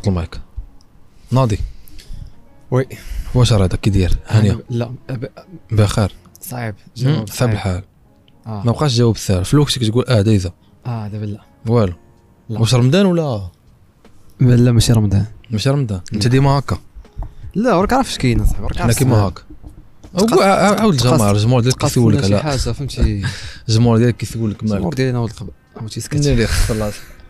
طلق المايك. ناضي وي واش راه هذا كي داير هانيه؟ لا بخير صعيب جواب صعب الحال. ما ما بقاش جاوب ساهل في الوقت كتقول دايزه دابا لا والو. واش رمضان ولا لا ماشي رمضان ماشي رمضان؟ انت ديما هكا؟ لا راك عارف اش كاين اصاحبي راك حنا كيما هكا. عاود الجمهور ديالك كيسول لك على على حاجه فهمتي الجمهور ديالك كيسول لك مالك الجمهور ديالنا ولد القبل عرفتي سكت لي خلاص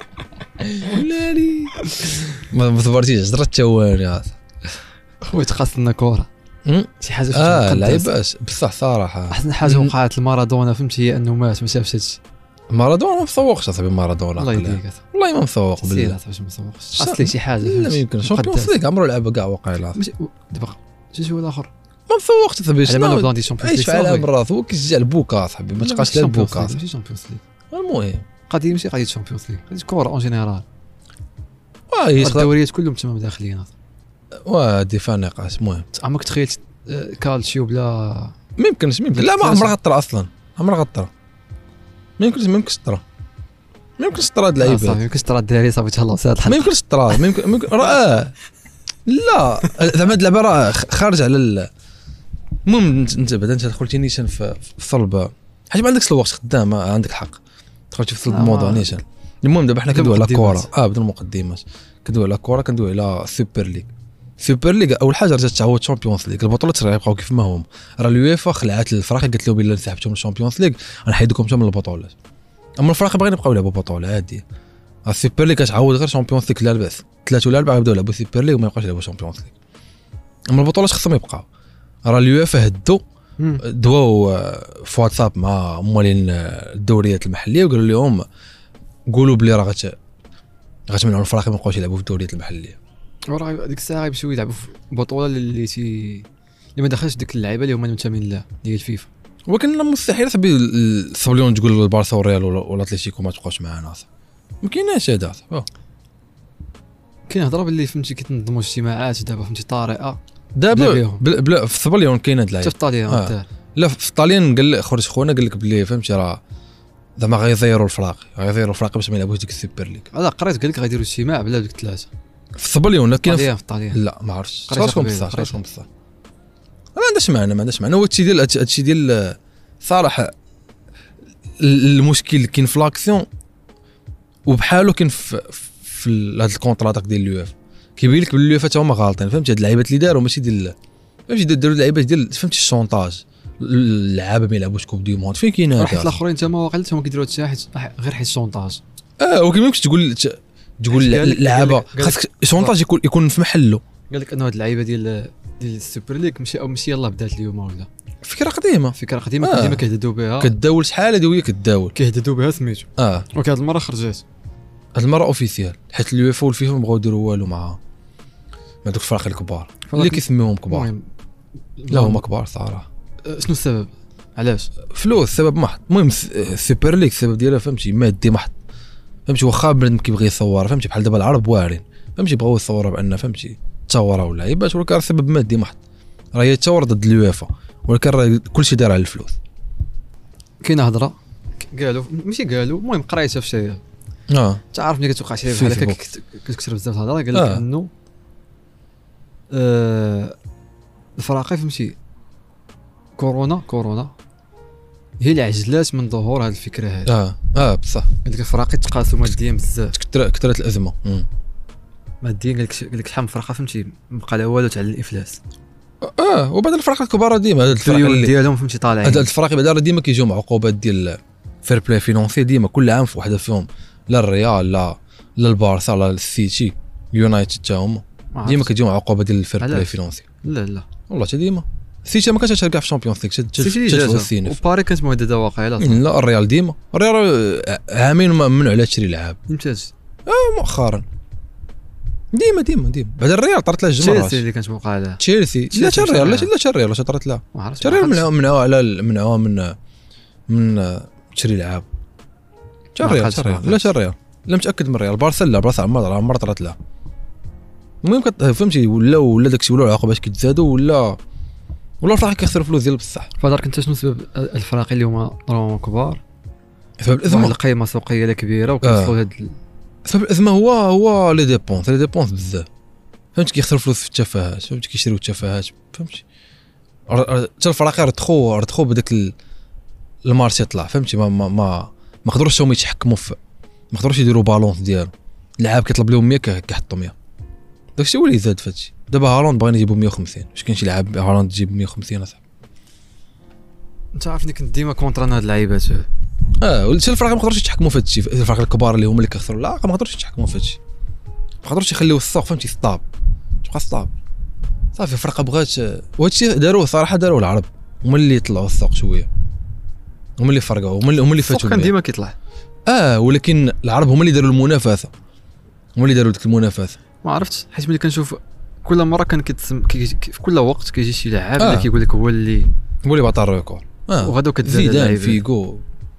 ولا لي ما صبرتيش جرت التواني خويا تقاص لنا كره شي حاجه لعيباش بصح صراحه. احسن حاجه وقعت لمارادونا فهمتي هي انه مات ما شافش هادشي. مارادونا ما مسوقش اصاحبي مارادونا الله يهديك والله ما مسوق بالله باش ما مسوقش اصلي شي حاجه لا ما يمكنش شامبيونز ليغ عمرو لعبها كاع واقيلا دابا شي هو الاخر ما مسوقش اصاحبي شنو بلان دي شامبيونز عيش في عالم الراس هو كيشجع البوكا اصاحبي ما تبقاش لا البوكا ماشي شامبيونز ليغ المهم قضيه ماشي قضيه شامبيونز ليغ قضيه كره اون جينيرال يقدر الدوريات كلهم تمام داخليين وادي فيها نقاش. المهم عمرك تخيلت كالتشيو بلا ما يمكنش لا ما عمرها غطرا اصلا عمرها غطرا ما يمكنش تطرا ما يمكنش تطرا هاد اللعيبه صافي يمكنش ترى الدراري صافي تهلاو ساعه ما يمكنش تطرا ما يمكن لا زعما هاد اللعبه راه خارج على المهم انت بعدا انت دخلتي نيشان في الصلب حيت ما عندكش الوقت خدام عندك الحق دخلتي في صلب الموضوع نيشان. المهم دابا حنا كندويو على الكره بدون المقدمات كندويو على الكره كندويو على سوبر ليغ اول حاجه رجعت تعاود شامبيونز ليغ البطولات راه يبقاو كيف ما هم راه اليويفا خلعت الفراقي قالت لهم الا انسحبتوا من الشامبيونز ليغ غنحيدكم حتى من البطولات. اما الفراقي باغيين يبقاو يلعبوا بطوله عاديه. السوبر ليغ كتعاود غير شامبيونز ليغ لا الباس 3 ولا 4 يبداو يلعبوا سوبر ليغ وما يبقاوش يلعبوا شامبيونز ليغ. اما البطولات خصهم يبقاو راه اليويفا دواو في واتساب مع موالين الدوريات المحليه وقالوا لهم قولوا بلي راه غتمنعوا الفراقي ما يبقاوش يلعبوا في الدوريات المحليه. وراه ديك الساعه يمشيو يلعبوا في بطوله اللي ما دخلش ديك اللعيبه اللي هما منتمين لها ديال الفيفا. ولكن مستحيل صاحبي الصبليون تقول البارسا والريال ولا اتليتيكو ما تبقاوش معانا اصاحبي ما كايناش هذا كاين هضره باللي فهمتي كيتنظموا اجتماعات دابا فهمتي طارئه دابا بلا في الصبليون كاين هاد اللعيبه في الطاليان لا في الطاليان قال خرج خونا قال لك بلي فهمتي راه زعما غيغيروا الفراقي باش ما يلعبوش ديك السوبر ليغ. هذا قريت قال لك غيديروا اجتماع بلا ديك الثلاثه في الصبليون كاين في الطاليان لا ما عرفتش شكون بصح ما عندهاش معنى هو هادشي ديال صراحه المشكل كاين في لاكسيون وبحالو كاين في هذا الكونطرا ديال اليوف كيبين لك باللي اليوف حتى هما غالطين فهمتي هاد اللعيبات اللي داروا ماشي ديال فهمتي داروا اللعيبات ديال فهمتي الشونطاج اللعابه ما يلعبوش كوب دي موند فين كاين هذا حيت الاخرين تما واقيلا هما كيديروا هادشي غير حيت الشونطاج وكما يمكنش تقول اللعابه خاصك الشونطاج يكون في محله. قال لك انه هاد اللعيبه ديال السوبر ليغ ماشي يلاه بدات اليوم ولا فكره قديمه ديما كيهددوا بها كتداول شحال هذه وهي كتداول كيهددوا بها سميتو ولكن هاد المره خرجات هاد المره اوفيسيال حيت اليوفا والفيفا ما بغاو يديروا والو مع دوك الفرق الكبار اللي كيسميوهم كبار لا هما كبار صراحه. شنو السبب علاش فلوس سبب محض. المهم السوبر ليغ السبب ديالها فهمتي مادي محض فهمتي واخا بنادم كيبغي يصور فهمتي بحال دابا العرب واعرين فهمتي بغاو يصوروا بان فهمتي تصوروا اللعيبات ولكن سبب مادي محض راه هي تصور ضد اليوفا ولكن راه كلشي داير على الفلوس. كاينه هضره قالوا ماشي قالوا المهم قريتها في شي تعرف ملي كتوقع شي بحال هكا كتكثر بزاف الهضره قال لك انه الفراقي فهمتي كورونا هي اللي عجلات من ظهور هذه الفكره هذه بصح قال لك الفراقي تقاسوا ماديا بزاف كثرت الازمه ماديا قال لك شحال من فرقه فهمتي بقى لا والو تاع الافلاس وبعد الفرق الكبار ديما هاد الفرق ديالهم فهمتي طالعين هاد الفرق بعدا ديما كيجيو مع عقوبات ديال فير بلاي فينونسي ديما كل عام في وحده فيهم لا الريال لا البارسا لا السيتي يونايتد حتى هما ديما كيجيو مع عقوبه ديال الفير بلاي فينونسي. لا والله حتى ديما السيتي ما كانش تشارك في الشامبيونز ليغ شد وباري كانت مهدده واقيلا لا الريال ديما الريال عامين ممنوع على تشري لعاب ممتاز مؤخرا ديما بعد الريال طرت له الجمره تشيلسي اللي كانت موقعه لها تشيلسي لا الريال واش طرت لها منعوا على منعوا من تشري لعاب الريال لا متاكد من الريال بارسا عمر طرت لها. المهم فهمتي ولا داكشي ولا العقوبات كيتزادوا ولا الفرق كيخسروا فلوس ديال بصح. فدارك انت شنو سبب الفراقي اللي هما راهم كبار سبب الازمه القيمه سوقيه كبيره وكيوصلوا هاد الازمه هو لي ديبونس بزاف، فهمت، كيخسروا فلوس في التفاهات، فهمت، كيشريو التفاهات، فهمتي، حتى الفراقي رتخو بداك المارشي طلع، فهمتي، ما قدروش هما يتحكموا في، ما قدروش يديروا بالونس ديالو، اللعاب كيطلب لهم 100 كيحطوا 100، داكشي هو اللي زاد فهادشي. دابا هالاند بغينا يجيبوا 150، واش كاين شي لاعب هالاند تجيب 150 اصاحبي؟ انت عارفني كنت ديما كونتر هاد اللعيبات. ولات الفراقي ما قدروش يتحكموا في هادشي، الفراقي الكبار اللي هما اللي كيخسروا لا ما قدروش يتحكموا في هادشي، ما قدروش يخليو السوق، فهمتي، سطاب تبقى سطاب صافي. الفرقه بغات، وهادشي داروه صراحه، داروه العرب، هما اللي طلعوا السوق شويه، هما اللي فرقوا، هما اللي فاتوا، كان ديما كيطلع. ولكن العرب هما اللي داروا المنافسه، هما اللي داروا ديك المنافسه. ما عرفتش، حيت ملي كنشوف كل مره كان في كل وقت كيجي شي لاعب اللي كيقول لك هو اللي باطا الريكور، وغادو كتزاد زيدان فيغو،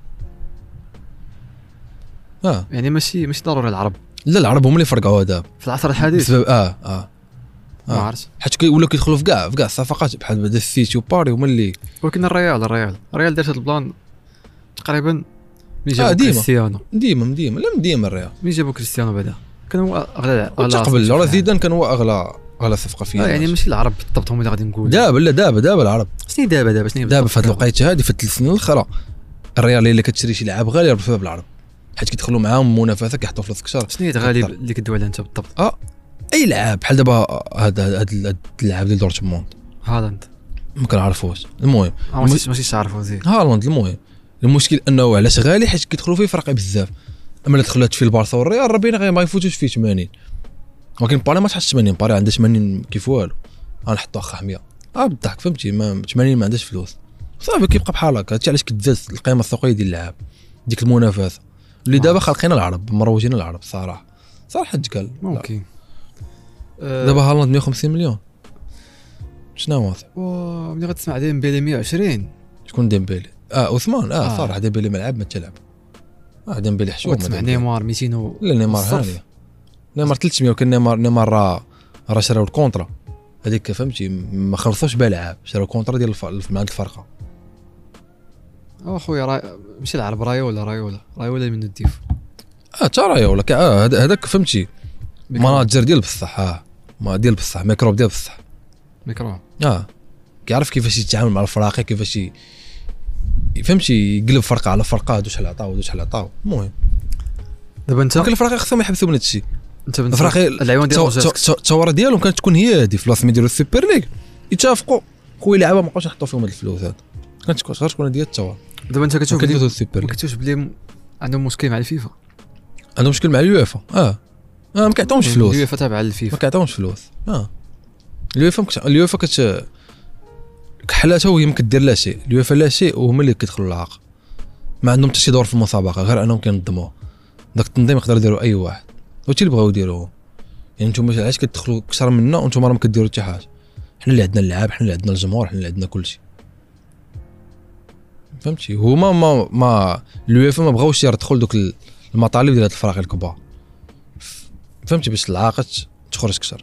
يعني ماشي ضروري العرب، لا العرب هما اللي فرقعوا دابا في العصر الحديث بسبب ما عرفتش، حيت ولاو كيدخلوا في كاع الصفقات بحال بدا السيتي وباري هما اللي، ولكن الريال دارت هذا البلان تقريبا ملي جابوا كريستيانو، ديما الريال ملي جابوا كريستيانو بعدا كان هو اغلى قبل، راه زيدان كان هو اغلى صفقه فيها، يعني ماشي العرب بالضبط هما اللي غادي نقول دابا العرب شنو دابا في هذه الوقيته هذه في 3 سنين الاخرى الريال اللي كتشري شي لاعب غالي بسبب العرب، حيت كيدخلوا معاهم منافسه كيحطوا فلوس كثر. شنو هي الغالي اللي كدوي عليها انت بالضبط؟ اي لاعب بحال دابا هذا اللاعب ديال دورتموند هالاند ما كنعرفوش، المهم ماشي تعرفوا زين هالاند، المهم المشكل انه علاش غالي، حيت كيدخلوا فيه فرق بزاف، اما الا دخلت في البارسا والريال ربينا ما يفوتوش فيه 80، ولكن باري ما تحطش 80، باري عنده 80 كيف والو، غنحطوا اخا 100 بالضحك، فهمتي، 80 ما عندهاش فلوس صافي، كيبقى بحال هكا. هادشي علاش كتزاد القيمه السوقيه ديال اللاعب، ديك المنافسه اللي دابا خالقين العرب، مروجين العرب صراحه تقال ممكن. دابا هالاند 150 مليون شنو هو؟ ملي غتسمع ديمبيلي 120، شكون ديمبيلي؟ عثمان صراحه ديمبيلي ملعب ما تلعب، ديمبيلي حشومه. تسمع نيمار 200 لا نيمار هانيه، نيمار 300، وكان نيمار راه شراو الكونترا هذيك، فهمتي، ما خلصوش بها لعاب، شراو الكونترا ديال مع الفرقه. اخويا ماشي العرب، رايولا من الديف تا رايولا هذاك، فهمتي، مناجر ديال بصح، ما ديال بصح، ميكروب ديال بصح، ميكروب كيعرف كيفاش يتعامل مع الفراقي، كيفاش فهمتي يقلب فرقه على فرقه، هادو شحال عطاو المهم. دابا انت كل الفراقي خصهم يحبسوا من هادشي، انت الفراقي اللعيبه ديالهم الثوره ديالهم كانت تكون هي هادي، في بلاصه ما يديروا السوبر ليغ يتفقوا خويا لعابه ما بقاوش يحطوا فيهم هاد الفلوس، هاد كانت تكون هادي الثوره. دابا انت كتشوف بلي عندهم مشكل مع الفيفا، عندهم مشكل مع اليوفا، ما كيعطيهمش فلوس، اليوفا تابعه للفيفا، ما كيعطيهمش فلوس، اليوفا حالاتها وهي ما كدير لا شيء، اليوفا لا شيء، وهما اللي كيدخلوا العاق، ما عندهم حتى شي دور في المسابقه، غير انهم كينظموها، داك التنظيم يقدر يديروا اي واحد، وهادشي اللي بغاو يديروه. يعني نتوما علاش كتدخلوا اكثر منا وانتم راه ما كديروا حتى حاجه؟ حنا اللي عندنا اللعاب، حنا اللي عندنا الجمهور، حنا اللي عندنا كلشي، فهمتي. هما ما اليوفا ما بغاوش يدخل دوك المطالب ديال هاد الفراقي الكبار، فهمتي، باش العاقه تخرج اكثر.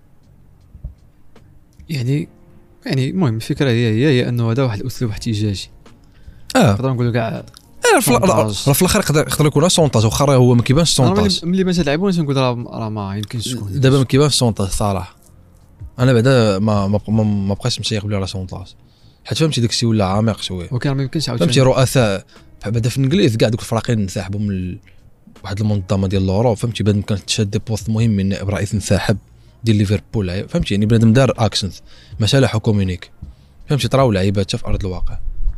يعني المهم الفكره هي انه هذا واحد الاسلوب احتجاجي، نقدروا نقولوا كاع في الاخر يقدر يكون سونطاج، واخا هو ما كيبانش سونطاج. ملي ما تلعبوناش نقول راه ما يمكنش تكون دابا ما كيبانش سونطاج صراحه. انا بعدا ما بقاش مشيق بلي راه سونطاج، حيت فهمتي داكشي ولا عميق شويه، وكان ما يمكنش عاوتاني، فهمتي، رؤساء بعدا في الانجليز كاع دوك الفراقين انسحبوا من واحد المنظمه ديال لورو، فهمتي، بنادم كانت تشاد دي بوست مهم من نائب رئيس انسحب ديال ليفربول، فهمتي، يعني بنادم دار اكشنز ماشي لا كومونيك، فهمتي، طراو لعيبات في ارض الواقع،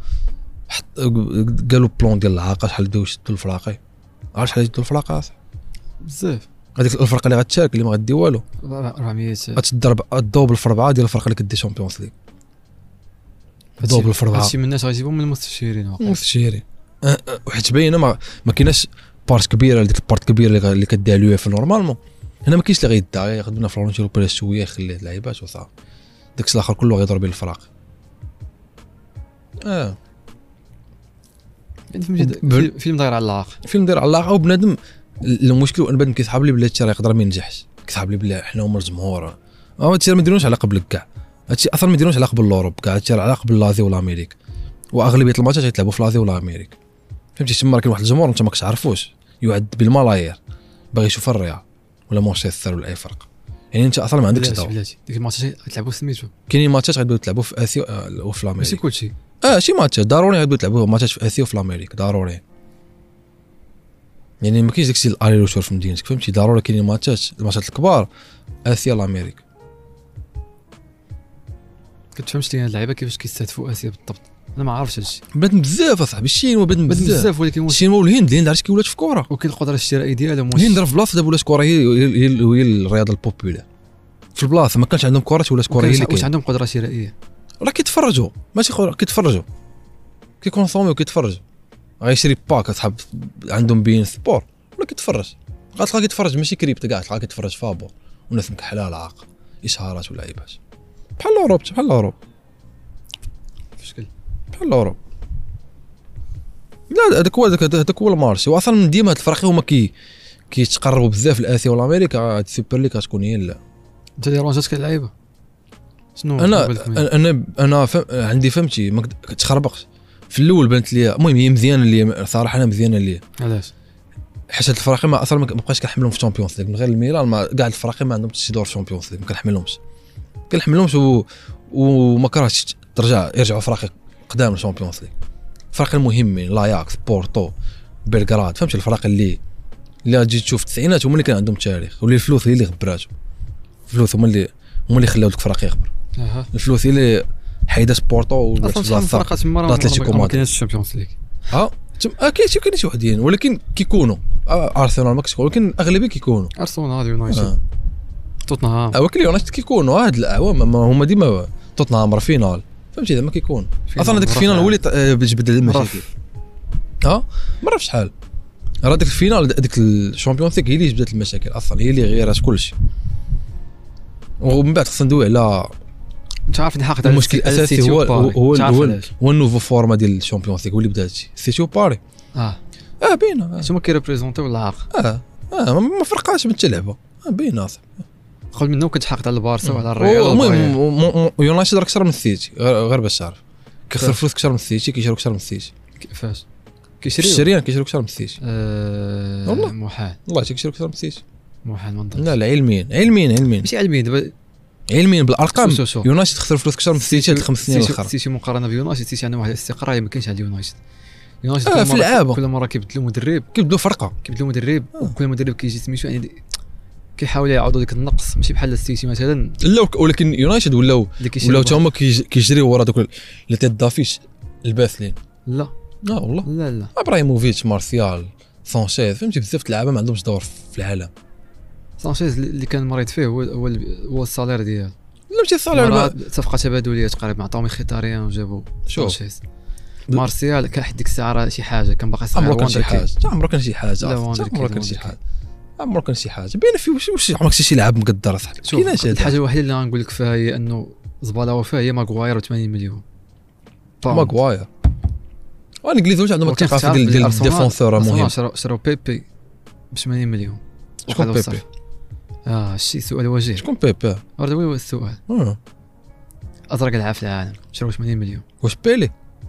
قالوا بلون ديال العاقه شحال داو يشدوا الفراقي، عرفت شحال يشدوا الفراقي بزاف، هذيك الفرقه اللي غتشارك اللي ما غدي والو 400 غتضرب الدوبل في 4 ديال الفرقه اللي كدي شامبيونز ليغ، دوبل في 4. هادشي من الناس غيجيبهم من المستشيرين وحيت باينه ما كايناش بارت كبيره، ديك البارت كبيره اللي كديها اليوفا نورمالمون، هنا ما كاينش اللي غيدعي ياخذنا فلورنتينو بيريز شويه يخليه اللعيبات وصافي، داكشي الاخر كله غيضرب بين الفراق. فيلم داير على العاق، او بنادم المشكل ان بنادم كيسحب لي بلي هادشي راه يقدر ما ينجحش، كيسحب لي بلي حنا هما الجمهور، هادشي ما يديروش علاقه بالك كاع، هادشي اصلا ما يديروش علاقه بالاوروب كاع، هادشي علاقه باللازي والامريك، واغلبيه الماتشات غيتلعبوا في لازي والامريك، فهمتي، تما كاين واحد الجمهور انت ما كتعرفوش يعد بالملايير، باغي يشوف الريال ولا مانشستر ولا اي فرق. يعني انت اصلا ما عندكش دور. ديك الماتشات تلعبوا سميتو، كاينين ماتشات غاديو تلعبوا في اسيا وفي الامريكا. ماشي كلشي. شي ماتشات ضروري غاديو تلعبوا ماتشات في اسيا وفي الامريكا ضروري. يعني ما كاينش داكشي الالي روتور في مدينتك فهمتي. ضروري كاينين الماتشات الكبار اسيا الامريكا. كتفهمش لي هاد اللعيبه كيفاش كيستهدفوا اسيا بالضبط؟ انا ما عارفش هادشي. بنادم بزاف اصاحبي. الشينوا بنادم بزاف ولكن الشينوا والهند عرفتي كي ولات في كره وكاين القدره الشرائيه ديالهم. الهند راه في بلاصه دابا ولات كره هي الرياضه البوبولار في البلاصه. ما كانش عندهم كره ولات كره هي اللي واش عندهم قدره شرائيه؟ راه كيتفرجوا ماشي كيتفرجوا كيكونسوميو كيتفرجوا. غيشري باك اصحاب عندهم بين سبور ولا كيتفرج. غتلقى كيتفرج ماشي كريبت كاع تلقى كيتفرج فابور وناس مكحله العاق اشهارات ولاعيبات بحال الاوروب فشكل بحال الاوروب. لا هذاك هو المارشي. واصلا من ديما هاد الفرق هما كيتقربوا بزاف لاسيا والامريكا. هاد السوبر ليغ كتكون هي انت اللي رانجاتك اللعيبه شنو؟ انا عندي فهمتي ما كتخربقش في الاول. بانت لي المهم هي مزيانه لي صراحه. انا مزيانه لي علاش؟ حيت هاد الفرق ما اصلا ما بقاش كنحملهم في الشامبيونز ليغ من غير الميلان. ما كاع الفرق ما عندهمش شي دور في الشامبيونز ليغ. ما كنحملهمش وما كرهتش يرجعوا فرق قدام الشامبيونز ليغ. الفرق المهمين لاياكس بورتو بلغراد فهمتي. الفرق اللي تجي تشوف التسعينات هما اللي كان عندهم تاريخ واللي الفلوس هي اللي غبراتهم. الفلوس هما اللي خلاو ديك الفرق يغبر. الفلوس هي اللي حيدات بورتو والفرقات تما ما كاينش الشامبيونز ليغ. كاين شي وحدين ولكن كيكونوا ارسنال ما كتكون ولكن اغلبيه كيكونوا ارسنال يونايتد توتنهام. ولكن يونايتد كيكونوا هاد الاعوام هما ديما توتنهام راه فينال فهمتي. زعما كيكون اصلا هذاك الفينال هو اللي جبد المشاكل. مره في شحال راه ديك الفينال ديك الشامبيونز ليغ هي اللي جبدت المشاكل اصلا. هي اللي غيرات كلشي. ومن بعد خصنا ندوي على انت عارف الحق. المشكل الاساسي هو النوفو فورما ديال الشامبيونز ليغ هو اللي بدات سيتي وباري. باينه هما كيريبريزونتيو العاق. ما فرقاش من تلعبه. باينه قبل منهم كنت حاقد على البارسا وعلى الريال. المهم يونايتد راه اكثر من السيتي غير باش تعرف. كيخسر فلوس اكثر من السيتي كيشرو اكثر من السيتي. كيفاش كيشريو اكثر من السيتي؟ والله محال. والله كيشريو اكثر من السيتي. محال ما نظنش. لا علميا ماشي علميا دابا علميا بالارقام. يونايتد خسر فلوس اكثر من السيتي هاد 5 سنين الاخر. السيتي مقارنه بيونايتد السيتي عنده واحد الاستقرار ما كاينش عند يونايتد في اللعابه كل مره كيبدلوا مدرب فرقه وكل مدرب كيجي سميتو يعني كيحاولوا يعوضوا ديك النقص. ماشي بحال السيتي مثلا. لا ولكن يونايتد ولاو حتى هما كيجريو ورا دوك لي تيت دافيش الباثلين. لا والله لا ابراهيموفيتش مارسيال سانشيز فهمتي. بزاف د اللعابه ما عندهمش دور في العالم. سانشيز اللي كان مريض فيه هو الصالير ديالو. لا ماشي الصالير صفقه تبادليه تقريبا عطاو مختاريان وجابوا سانشيز. مارسيال كان حد ديك الساعه راه شي حاجه كان باقي صغير. عمرو كان شي حاجه باينه فيه. واش عمرك شي لاعب مقدر اصاحبي؟ كايناش. الحاجه الوحيده اللي غنقول لك فيها هي انه زباله وفاه هي ماغواير و80 مليون. ماغواير والانجليز واش عندهم الثقافه ديال الديفونسور مهم. شراو بيبي ب 80 مليون. شكون بيبي؟ شي سؤال وجيه. شكون بيبي؟ هذا هو السؤال. ازرق العاب في العالم شراو 80 مليون. واش بيلي؟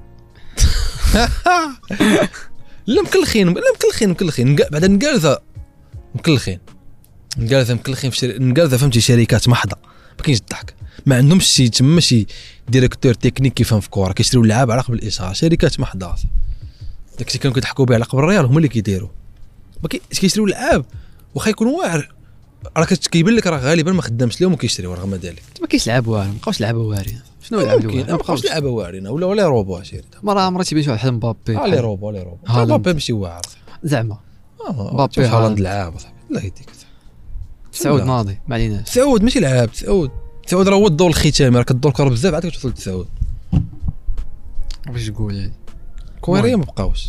لا مكلخين بعدا نقالذا مكلخين نقالذا فهمتي. شركات محضه ما كاينش الضحك. ما عندهمش شي تما شي ديريكتور تكنيك كيفهم في الكره. كيشريو اللعاب على قبل الاشهار. شركات محضه داكشي كانوا كيضحكوا به على قبل الريال هما اللي كيديروا. ما كيشريو اللعاب واخا يكون واعر. راه كيبان لك راه غالبا ما خدامش لهم وكيشريو رغم ذلك. ما كاينش لعاب واعر. ما بقاوش لعابه واعرين. شنو يلعبوا؟ ما بقاوش لعابه واعرين ولا روبو شي. مرة تيبان شي واحد مبابي. لي روبو مبابي ماشي واعر زعما. مبابي هالاند لعاب صاحبي. الله يهديك. سعود ناضي ما عليناش. سعود ماشي لعاب. سعود راه هو الدور الختامي. راه كدور الكره بزاف عاد كتوصل لسعود. واش تقول هادي كويريه ما بقاوش.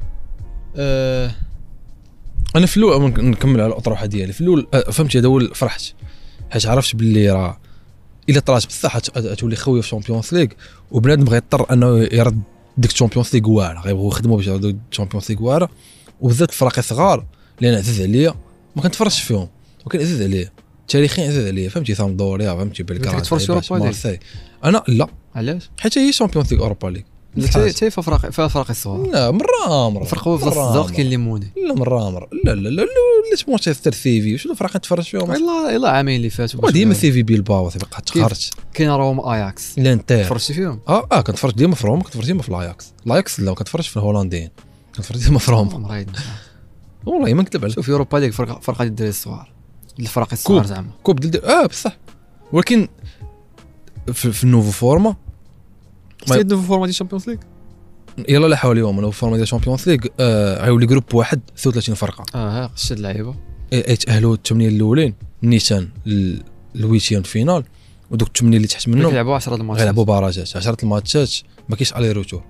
انا في الاول نكمل على الاطروحه ديالي. في الاول فهمتي هذا هو فرحت حيت عرفت باللي راه الا طلعت بصح تولي خويا في الشامبيونز ليغ وبنادم غيضطر انه يرد ديك الشامبيونز ليغ واعره. غيبغيو يخدموا باش يردوا الشامبيونز ليغ واعره وبالذات الفرق الصغار اللي انا عزيز عليا ما كنتفرجش فيهم ولكن عزيز عليا تاريخيا عزيز عليا فهمتي. سامدوريا فهمتي بلغراد مارسيل. انا لا علاش؟ حيت هي شامبيونز ليغ اوروبا ليغ حتى فرق الصغار. لا مرة فرقوا في الصداق كاين ليموني. لا مرة لا ولات مانشستر سيفي شنو الفرق تفرج فيهم؟ يلا عامين اللي فاتوا وديما سيفي بيلباو تبقى تخرج. كاين روما اياكس الانتر فرجتي فيهم؟ كنتفرج ديما في روما، كنتفرج ديما في الاياكس لا كنتفرج في الهولنديين، كنتفرج ديما في روما. والله ما نكذب عليك. شوف يوروبا ليغ فرقه ديال الدراري الصغار، الفرق الصغار زعما كوب ديال بصح. ولكن في النوفو فورما سيد النوفو فورما ديال الشامبيونز ليغ يلا لا حول اليوم النوفو فورما ديال الشامبيونز ليغ غيولي جروب واحد 36 فرقه. ها شد اللعيبه يتاهلوا الثمانيه الاولين نيشان الويتيام فينال، ودوك الثمانيه اللي تحت منهم يلعبوا 10 الماتشات، يلعبوا باراجات 10 الماتشات، ما كاينش الي روتور.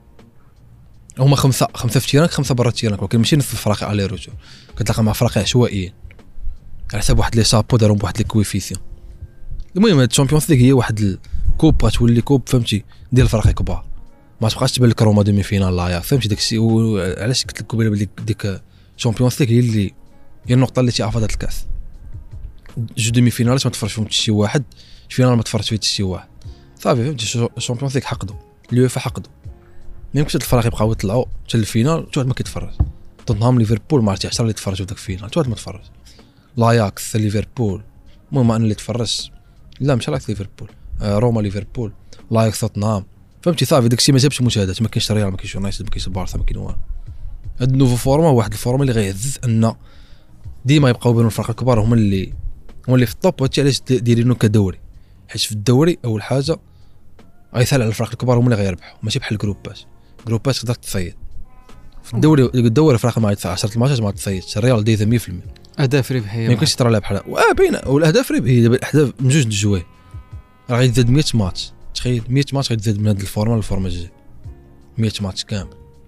هما خمسه في تيرانك، خمسه برا تيرانك، ولكن ماشي نفس الفرق الي روتور، كتلاقى مع فرق عشوائيين على حساب واحد لي شابو دارهم بواحد لي كويفيسيون. المهم هاد الشامبيونز ليغ هي واحد الكوب غتولي كوب فهمتي ديال الفرق كبار، ما تبقاش تبان لك روما دومي فينال لا فهمتي داكشي. وعلاش قلت لك قبيله بلي ديك الشامبيونز ليغ هي النقطه اللي تيعرف هذا الكاس. جو دومي فينالات ما تفرج فيهم حتى شي واحد، فينال ما تفرج فيه حتى شي واحد، صافي فهمتي. الشامبيونز ليغ حقدوا اليوفا حقدوا، ما يمكنش هاد الفرق يبقاو يطلعوا حتى الفينال حتى واحد ما كيتفرج. توتنهام ليفربول ما عرفتي 10 اللي تفرجوا داك الفينال حتى واحد ما تفرج. لاياكس ليفربول المهم انا اللي تفرجت، لا مش لايكس ليفربول، روما ليفربول، لايكس توتنهام فهمتي. صافي داكشي ما جابش مشاهدات، ما كاينش ريال، ما كاينش يونايتد، ما كاينش بارسا، ما كاين والو. هاد النوفو فورما واحد الفورما اللي غيعزز ان ديما يبقاو بين الفرق الكبار هما اللي في الطوب. هادشي علاش دايرينو كدوري، حيت في الدوري اول حاجه غيسال على الفرق الكبار هما اللي غيربحوا، ماشي بحال الجروبات تقدر تصيد. في الدوري فرق مع 10 الماتشات ما تصيدش. الريال دايزه 100% اهداف ربحيه، ما يمكنش ترى لها بحال باينه. والاهداف ربحيه دابا الاهداف من جوج الجواه راه غيتزاد 100 ماتش. تخيل 100 ماتش غيتزاد من هاد الفورما للفورما الجايه 100 ماتش كامل.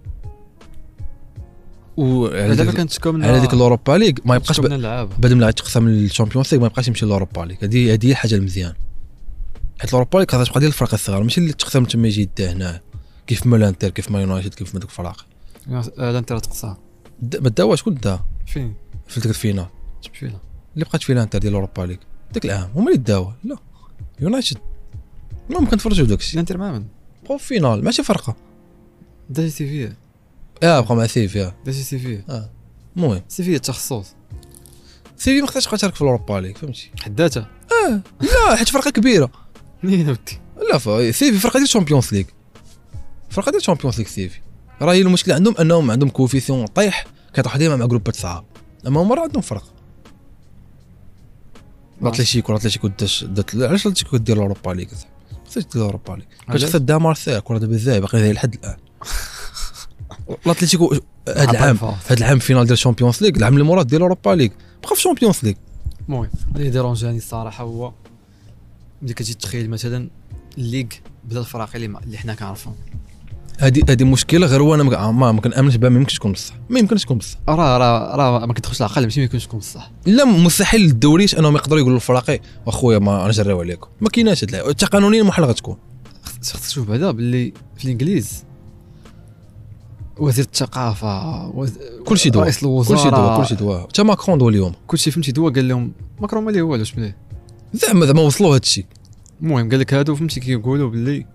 وعلى دابا كنتكم من على ديك الاوروبا ليغ ما يبقاش بعد ما تقسم الشامبيونز ليغ ما يبقاش يمشي للاوروبا ليغ. هذه هي الحاجه المزيان، حيت الاوروبا ليغ غتبقى ديال الفرق الصغار، ماشي اللي تقسم تما يجي يداه هنا كيف ما الانتر كيف ما يونايتد كيف ما دوك الفرق. الانتر تقصى ما داواش كنت دا فين في ديك الفينال اللي بقات في الانتر ديال الاوروبا ليغ ديك العام هما اللي داوا. لا يونايتد المهم كنتفرجوا داكشي. الانتر مع من بقاو في فينال ماشي فرقه داجي سيفيا بقى مع سيفيا داجي سيفيا المهم سيفيا التخصص سيفيا ما خصهاش تشارك في الاوروبا ليغ فهمتي حداتها لا حيت فرقه كبيره. منين ودي لا سيفي فرقه ديال الشامبيونز ليغ، فرقه ديال الشامبيونز ليغ سيفي راهي المشكل عندهم انهم عندهم كوفيسيون طيح كيطيح ديما مع جروبات صعاب، اما هما راه عندهم فرق. لاتليتيكو دات علاش لاتليتيكو دير الاوروبا ليغ خصك دير الاوروبا ليغ باش تخدم مارسيل كره دابا زاي باقي زي لحد الان. لاتليتيكو هذا العام فينال ديال الشامبيونز ليغ، العام اللي موراه ديال الاوروبا ليغ بقى في الشامبيونز ليغ. المهم اللي ديرونجاني الصراحه هو ملي كتجي تخيل مثلا الليغ بلا الفرق اللي حنا كنعرفهم. هذه مشكله غير وانا ما كنامنش بها، ما يمكنش تكون بصح، ما يمكنش تكون بصح. راه ما كتدخلش العقل، ماشي ما يمكنش تكون بصح. لا مستحيل للدوريات انهم يقدروا يقولوا الفرقي واخويا ما نجريو عليكم، ما كايناش هاد حتى قانونيا محال غتكون. خصك تشوف بعدا باللي في الانجليز وزير الثقافه كلشي دوا رئيس الوزراء كلشي دوا حتى ماكرون دوا اليوم كلشي فهمتي دوا قال لهم ماكرون مالي والو شمليه زعما وصلوا هادشي. المهم قال لك هادو فهمتي كيقولوا باللي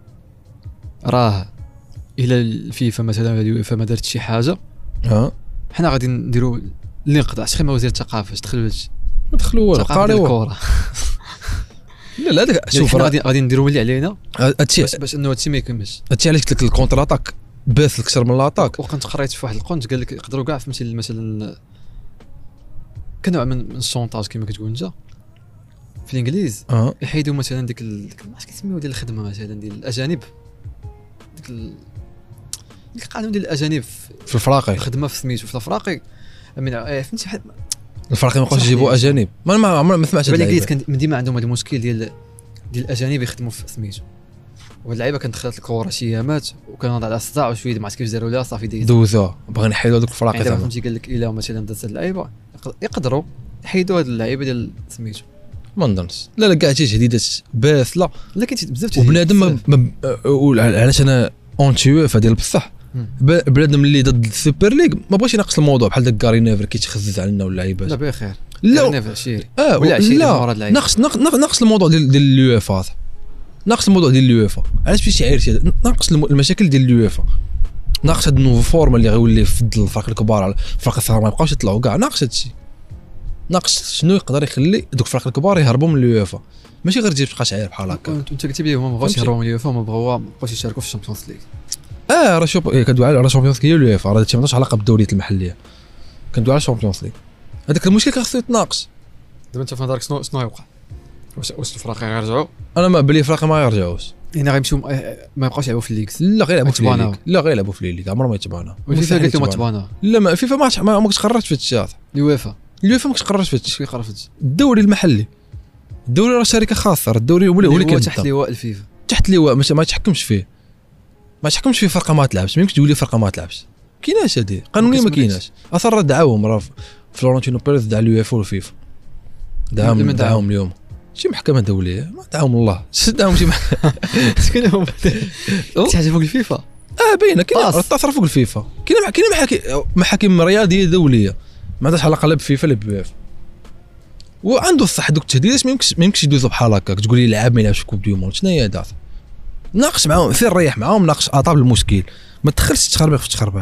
راه الى الفيفا مثلا ولا اليوفا ما دارت شي حاجه حنا غادي نديروا اللي نقدر. شي خدمه وزير الثقافه دخل هادشي ما دخلوا والو قاريو الكره لا هذاك شوف غادي نديروا اللي علينا هادشي باش انه هادشي ما يكملش. هادشي علاش قلت لك الكونتر اتاك باث اكثر من لاطاك. وكنت قريت في واحد القنت قال لك يقدروا كاع فهمتي مثلا كنوع من الشونطاج كما كتقول انت في الانجليز يحيدوا مثلا ديك اش كيسميوها ديال الخدمه مثلا ديال الاجانب ديك القانون ديال الاجانب في الفراقي الخدمه في سميتو في الفراقي من فهمتي الفراقي ما يبقاوش يجيبوا اجانب. ما سمعتش هذا الانجليز كان ديما عندهم هذا المشكل ديال الاجانب يخدموا في سميتو. وهاد اللعيبه كانت دخلت الكره شي ايامات وكان على الصداع وشويه ما عرفت كيف داروا لها صافي دوزوها بغا نحيدوا هذوك الفراقي زعما فهمتي قال لك الا مثلا دازت هاد اللعيبه يقدروا يحيدوا هاد اللعيبه ديال سميتو. ما نظنش لا كاع شي جديدات باس لا كاين بزاف وبنادم علاش انا اونتيوف ديال بصح بنادم اللي ضد السوبر ليغ ما بغاش يناقش الموضوع بحال داك كاري نيفر كيتخزز علينا ولا اللعيبات. لا بخير لا نيفر شي ولا شي ناقش الموضوع ديال اليو اف هذا ناقص الموضوع ديال اليوفا. علاش مشيتي عايرتي؟ ناقص المشاكل ديال اليوفا، ناقص هاد النوفو فورما اللي غيولي يفضل الفرق الكبار على الفرق الصغار، ما يبقاوش يطلعوا كاع. ناقص هادشي، ناقص شنو يقدر يخلي دوك الفرق الكبار يهربوا من اليوفا، ماشي غير تجي تبقى شعير بحال هكا. انت قلتي لي هما ما بغاوش يهربوا من اليوفا، ما بغاوش يشاركوا في الشامبيونز ليغ. راه شوف كندوي على الشامبيونز ليغ اليوفا، راه هادشي مالوش علاقه بالدوريات المحليه، كندوي على الشامبيونز ليغ. هذاك المشكل كان خصو يتناقش. دابا انت في نظرك شنو غيوقع؟ واش الفرق غيرجعوا؟ انا ما بلي الفرق ما يرجعوش، يعني غيمشيو ما يبقاوش يلعبوا في الليغ. لا غير يلعبوا في الليغ، لا غير يلعبوا في الليغ، عمرهم ما يتبانا. وفيفا قالت لهم ما تبانا. لا ما فيفا ما كتقررش في هادشي. اليوفا ما كتقررش في هادشي. شكون يقرر في هادشي؟ الدوري المحلي، الدوري راه شركه خاصه، الدوري هو اللي كيبدا تحت لواء الفيفا، تحت لواء ما يتحكمش فيه، ما يتحكمش فيه فرقه ما تلعبش. ما يمكنش تقول لي فرقه ما تلعبش، كايناش هادي قانونيا، ما كايناش. اثر راه دعاوهم، راه فلورنتينو بيريز دعا اليوفا والفيفا، دعاهم اليوم شي محكمه دوليه، ما دعاهم الله، دعاهم شي شكون هما؟ شي حاجه فوق الفيفا باينه، كاين التصرف فوق الفيفا، كاين محاكم رياضيه دوليه ما عندهاش علاقه لا بفيفا لا بيوفا. وعنده الصح دوك التهديدات ما يمكنش يدوزوا بحال هكاك تقول لي لاعب ما يلعبش في كوب دي موند. شنو هي هذا؟ ناقش معاهم، سير ريح معاهم، ناقش اطاب المشكل، ما تدخلش تخربيق في تخربيق،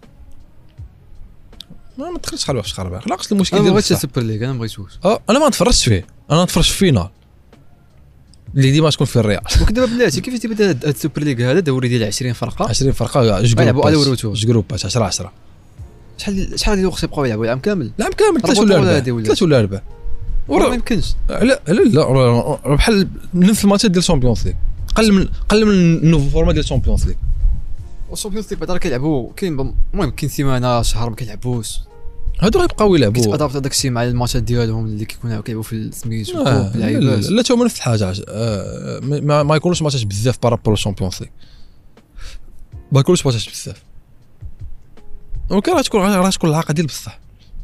ما تدخلش تخربيق في تخربيق، ناقش المشكل ديال السوبر ليغ. انا ما بغيتوش، انا ما نتفرجش فيه، انا نتفرج في الفينال اللي ديما تكون في الريال. ولكن دابا بلاتي كيفاش تبدا هاد السوبر ليغ هذا دوري ديال 20 فرقه، 20 فرقه، جوج جروبات 10 شحال ديال الوقت يبقاو يلعبوا العام كامل؟ العام كامل 3 ولا 4 وراه ما يمكنش. لا بحال نفس الماتشات ديال الشامبيونز ليغ، قل من النوفو فورما ديال الشامبيونز ليغ. والشامبيونز ليغ بعدا راه كيلعبوا، كاين المهم كاين سيمانه شهر ما كيلعبوش، هادو غيبقاو يلعبوا. كيتادابط داك الشيء مع الماتشات ديالهم اللي كيكونوا كيلعبوا في السميت اللعيبات. لا تا هما نفس الحاجه، ما يكونوش ماتشات بزاف بارابول الشامبيونز ليغ، ما يكونوش ماتشات بزاف، ولكن راه تكون العلاقه ديال بصح.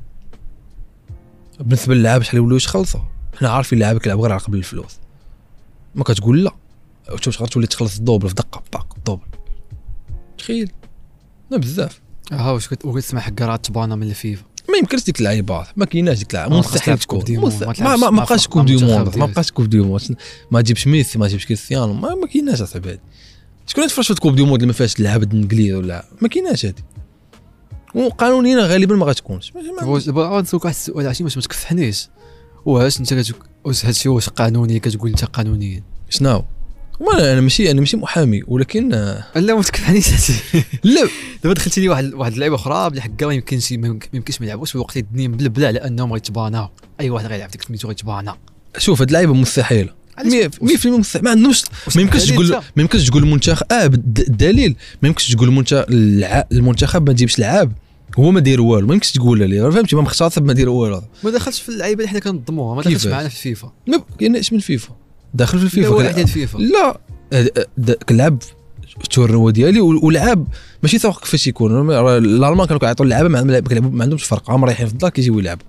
بالنسبه للعاب شحال يوليو يخلصوا، حنا عارفين اللعابه كيلعبوا غير على قبل الفلوس، ما كتقول لا واش غير تولي تخلص الدوبل في دقه باق الدوبل. تخيل لا بزاف. واش كتسمع حكا راه تبانا من الفيفا، ما يمكنش ديك اللعيبات، ما كايناش ديك اللعيبه، مستحيل تكون. ما بقاش كوب دي موند، ما تجيبش ميسي، ما تجيبش كريستيانو، ما كايناش اصاحبي هادي. شكون يتفرج في الكوب دي موند اللي ما فيهاش اللعابه الانجليز ولا ما كايناش هادي، وقانونيا غالبا ما غتكونش. دابا نسولك واحد السؤال عشان باش ما تكفحنيش، واش انت واش هادشي واش قانوني؟ كتقول انت قانونيا شنو؟ انا ماشي محامي، ولكن لا ما تكفحنيش هادشي. لا دابا دخلتي لي واحد اللعيبه اخرى بلي حكا ما يمكنش ما يلعبوش في وقت الدنيا مبلبله على انهم غيتباناو، اي واحد غيلعب ديك سميتو غيتبانا. شوف هاد اللعيبه مستحيله 100% مستحيل، ما عندهمش. ما يمكنش تقول المنتخب الدليل ما يمكنش تقول المنتخب ما تجيبش لعاب هو ما داير والو، ما يمكنش تقول لي فهمتي، ما مختصب ما داير والو، ما دخلش في اللعيبه اللي حنا كنضموها، ما دخلش معنا في الفيفا. ما كاينش من الفيفا، داخل في الفيفا واحد الفيفا. لا كنلعب التورنوا ديالي ولعب ماشي سواء كيفاش يكون. الالمان كانوا كيعطوا اللعابه ما عندهمش فرق، مريحين في الدار كيجيو يلعبوا،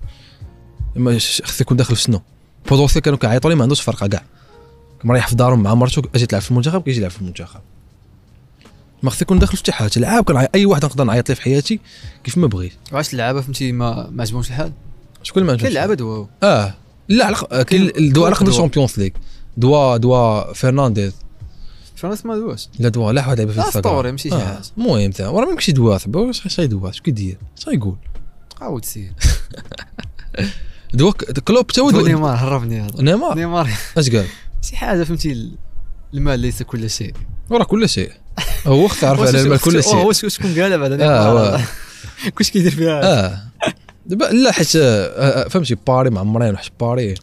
خص يكون داخل في شنو بودوسي كانوا كيعيطوا لي ما عندوش فرقه كاع، مريح في دارهم مع مرته، اجي تلعب في المنتخب كيجي يلعب في المنتخب، ما خص يكون داخل في حتى حاجه. لعاب كان اي واحد نقدر نعيط ليه في حياتي كيف ما بغيت. واش اللعابه فهمتي ما عجبهمش الحال؟ شكون ما عجبهمش؟ كاين لعابه دواو لا كاين الدواء على قبل الشامبيونز ليغ، دوا فرنانديز ما دواش، لا دوا لا واحد لعب في الصقر اسطوري ماشي شي حاجه. المهم وراه ما يمكنش دوا صاحبي، واش غيدوا اش كيدير اش غيقول عاود سير دوا كلوب تا هو نيمار هربني هذا نيمار اش قال شي حاجه فهمتي المال ليس كل شيء، وراه كل شيء هو اختار على المال كل شيء. هو شكون قال بعدا نيمار كلشي كيدير فيها دابا لا حيت فهمتي باري معمرين وحش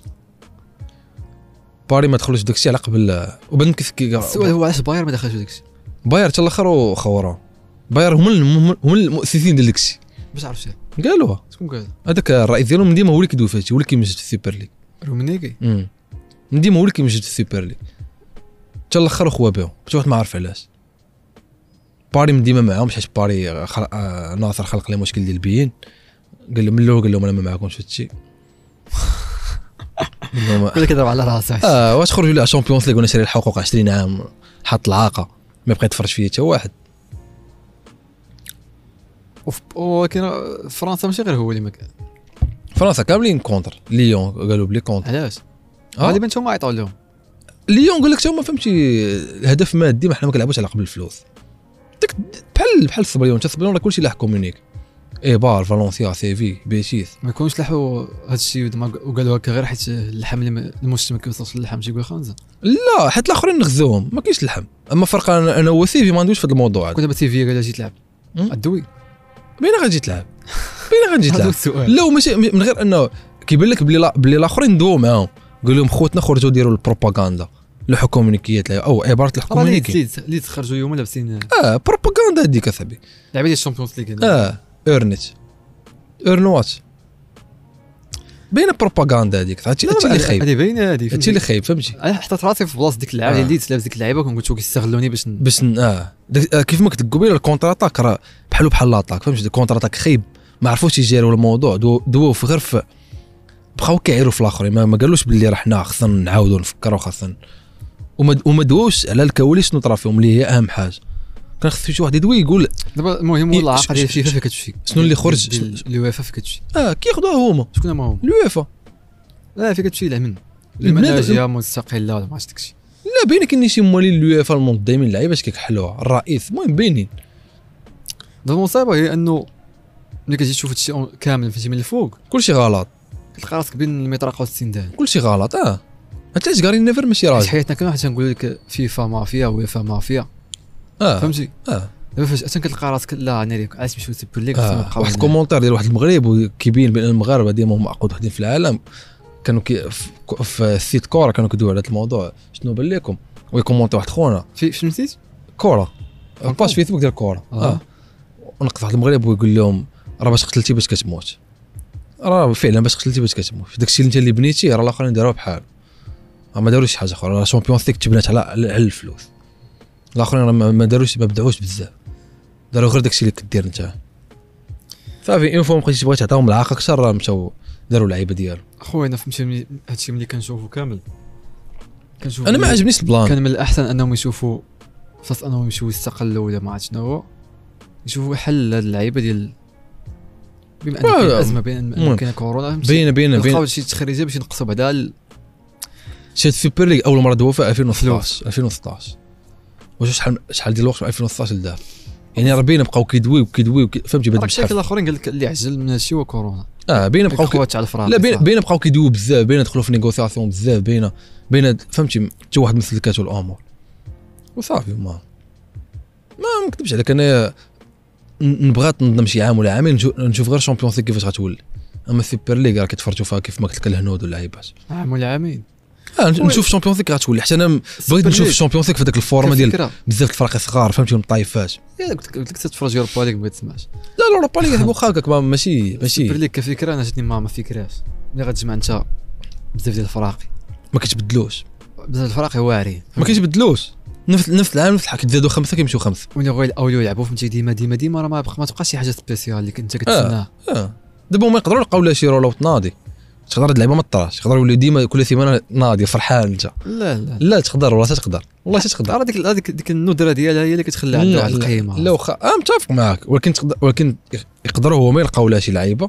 باري ما دخلوش داكشي على قبل. وبان كيف السؤال هو علاش باير ما دخلش داكشي؟ باير حتى الاخر وخورا باير هما المؤسسين ديال داكشي باش عرفتي قالوها. شكون قال؟ هذاك الرئيس ديالهم من ديما هو اللي كيدوي فهادشي، هو اللي كيمجد في السوبر ليغ رومينيغي من ديما هو اللي كيمجد في السوبر ليغ حتى الاخر وخوا بهم حتى واحد ما عارف علاش. باري من ديما معاهم حيت باري ناصر خلق لهم مشكل ديال البيين، قال لهم انا ما معكمش في هادشي ولا كيضرب على راسه. واش خرجوا لي على الشامبيونز ليغ وانا شاري الحقوق 20 عام حاط العاقه ما بقى يتفرج فيا حتى واحد. ولكن فرنسا ماشي غير هو اللي ما فرنسا كاملين كونتر ليون قالوا بلي كونتر. علاش؟ غالبا نتوما عيطوا لهم ليون نقول لك تا هما فهمتي الهدف مادي، ما حنا ما كنلعبوش على قبل الفلوس. داك بحال الصبريون، انت الصبريون راه كلشي لاح كومونيك، ايبار فالنسيا سيفي بيتيس ما يكونش لاحوا هذا الشيء وقالوا هكا غير حيت اللحم المسلم ما كيوصلش للحم تيقول خانزه. لا حيت الاخرين نغزوهم ما كاينش اللحم. اما فرق انا وسيفي ما ندويش في هذا الموضوع هذا. كنت دابا سيفي قال جيت تلعب الدوي بين غادي تلعب بين غادي تلعب لا ماشي من غير انه كيبان لك بلي الاخرين ندوو معاهم قول لهم خوتنا خرجوا ديروا البروباغندا لو كومونيكيات او عباره الكومونيكي اللي تخرجوا اليوم لابسين بروباغندا هذيك اصاحبي لعبه ديال الشامبيونز ليغ ايرنت ايرنوات بين بروباغندا هذيك هادشي اللي خايب، هذه باينه هذه هادشي اللي خايب فهمتي. انا حطيت راسي في بلاصه ديك اللعابه اللي لابس ديك اللعيبه كنقول واش كيستغلوني باش كيف ما قلت قبيله الكونتر اتاك راه بحال لاطاك فهمتي. الكونتر اتاك خايب ما عرفوش يجيروا الموضوع دو في غير في بقاو كيعيروا في الاخرين ما قالوش باللي راه حنا خصنا نعاودوا نفكروا خاصنا وما دووش على الكواليس شنو طرا فيهم اللي هي اهم حاجه. كان خصو شي واحد يدوي يقول دابا المهم والله العاقه ديال الفيفا فين كتمشي شنو اللي خرج اليويفا فين كتمشي كياخذوها هما شكون هما اليويفا لا فين كتمشي لمن المناجيه مستقله ولا ما عرفتش داكشي لا باينه كاين شي موالين اليويفا المنظمين اللعيبه اش كيكحلوها الرئيس المهم باينين. دابا المصيبه هي انه ملي كتجي تشوف هادشي كامل فهمتي من الفوق كلشي غلط كتلقى راسك بين المطرقه والسندان كلشي غلط علاش قاري نيفر ماشي راجل حياتنا كما حتى نقول لك فيفا مافيا ويفا مافيا فهمتي دابا فاش كتلقى راسك لا ناريك علاش نمشيو سوبر ليغ واحد الكومونتير ديال واحد المغرب وكيبين بان المغاربه ديما هما اقوى وحدين في العالم كانوا في السيت كوره كانوا كيدويو على هذا الموضوع شنو بان لكم ويكومونتي واحد خونا في شنو نسيت كوره باش فيسبوك ديال الكوره ونقطع واحد المغرب ويقول لهم راه باش قتلتي باش كتموت راه فعلا باش قتلتي باش كتموت داكشي اللي انت اللي بنيتي راه الاخرين داروه بحال ما داروش حاجه اخرى. راه شامبيونز ليغ تبنات على الفلوس الاخرين راه ما داروش ما بدعوش بزاف داروا غير داكشي اللي كدير انت صافي اون فوا بقيتي تبغي تعطيهم العاق اكثر راه مشاو داروا اللعيبه ديالو. خويا انا فهمتي هادشي ملي كنشوفو كامل كنشوف انا ما عجبنيش البلان كان من الاحسن انهم يشوفوا فاس انهم يمشيو يستقلوا ولا ما عرفت شنو هو يشوفوا حل هاد اللعيبه ديال بما ان كاين ازمه بين كاين كورونا بين بقاو شي تخريجات باش ينقصوا بعدا شي السوبر ليغ اول مره دووا في 2016 واش شحال ديال الوقت في 2016 لدابا يعني راه بينا بقاو كيدويو فهمتي بهذا الشكل الاخرين قال لك اللي عجل من هادشي هو كورونا بينا بقاو تاع الفرق لا بينا بقاو كيدويو بزاف بينا دخلوا في نيغوسياسيون بزاف بينا فهمتي حتى واحد مسلكاتو الامور وصافي ما نكذبش عليك انا نبغى تنظم شي عام ولا عامين نشوف غير شامبيونز ليغ كيفاش غتولي. اما السوبر ليغ راه كيتفرجوا فيها كيف ما قلت لك الهنود واللعيبات عام ولا عامين نشوف شامبيونز ليغ غتولي حتى انا بغيت نشوف الشامبيونز ليغ في داك الفورما ديال بزاف الفرق صغار فهمتي والطايفات قلت لك تتفرج يوروبا ليغ ما تسمعش لا اوروبا ليغ واخا هكاك ماشي السوبر ليغ كفكره انا جاتني ما فكراش ملي غتجمع انت بزاف ديال الفراقي ما كتبدلوش بزاف الفراقي واعرين ما كيتبدلوش نفس العام نفس الحق كيزادوا 5 كيمشيو 5 ولا او يلعبوا فهمتي ديما راه ما تبقاش شي حاجه سبيسيال اللي انت كتسناها دابا هما يقدروا يلقاو لا شي رولو ناضي تقدر هاد اللعيبه ما طراش يقدروا يوليو ديما كل سيمانه ناضي فرحان انت لا تقدر والله تقدر والله تقدر راه ديك الندره ديالها هي اللي كتخلي عندها واحد القيمه لا واخا متفق معاك ولكن يقدروا هما يلقاو لا شي لعيبه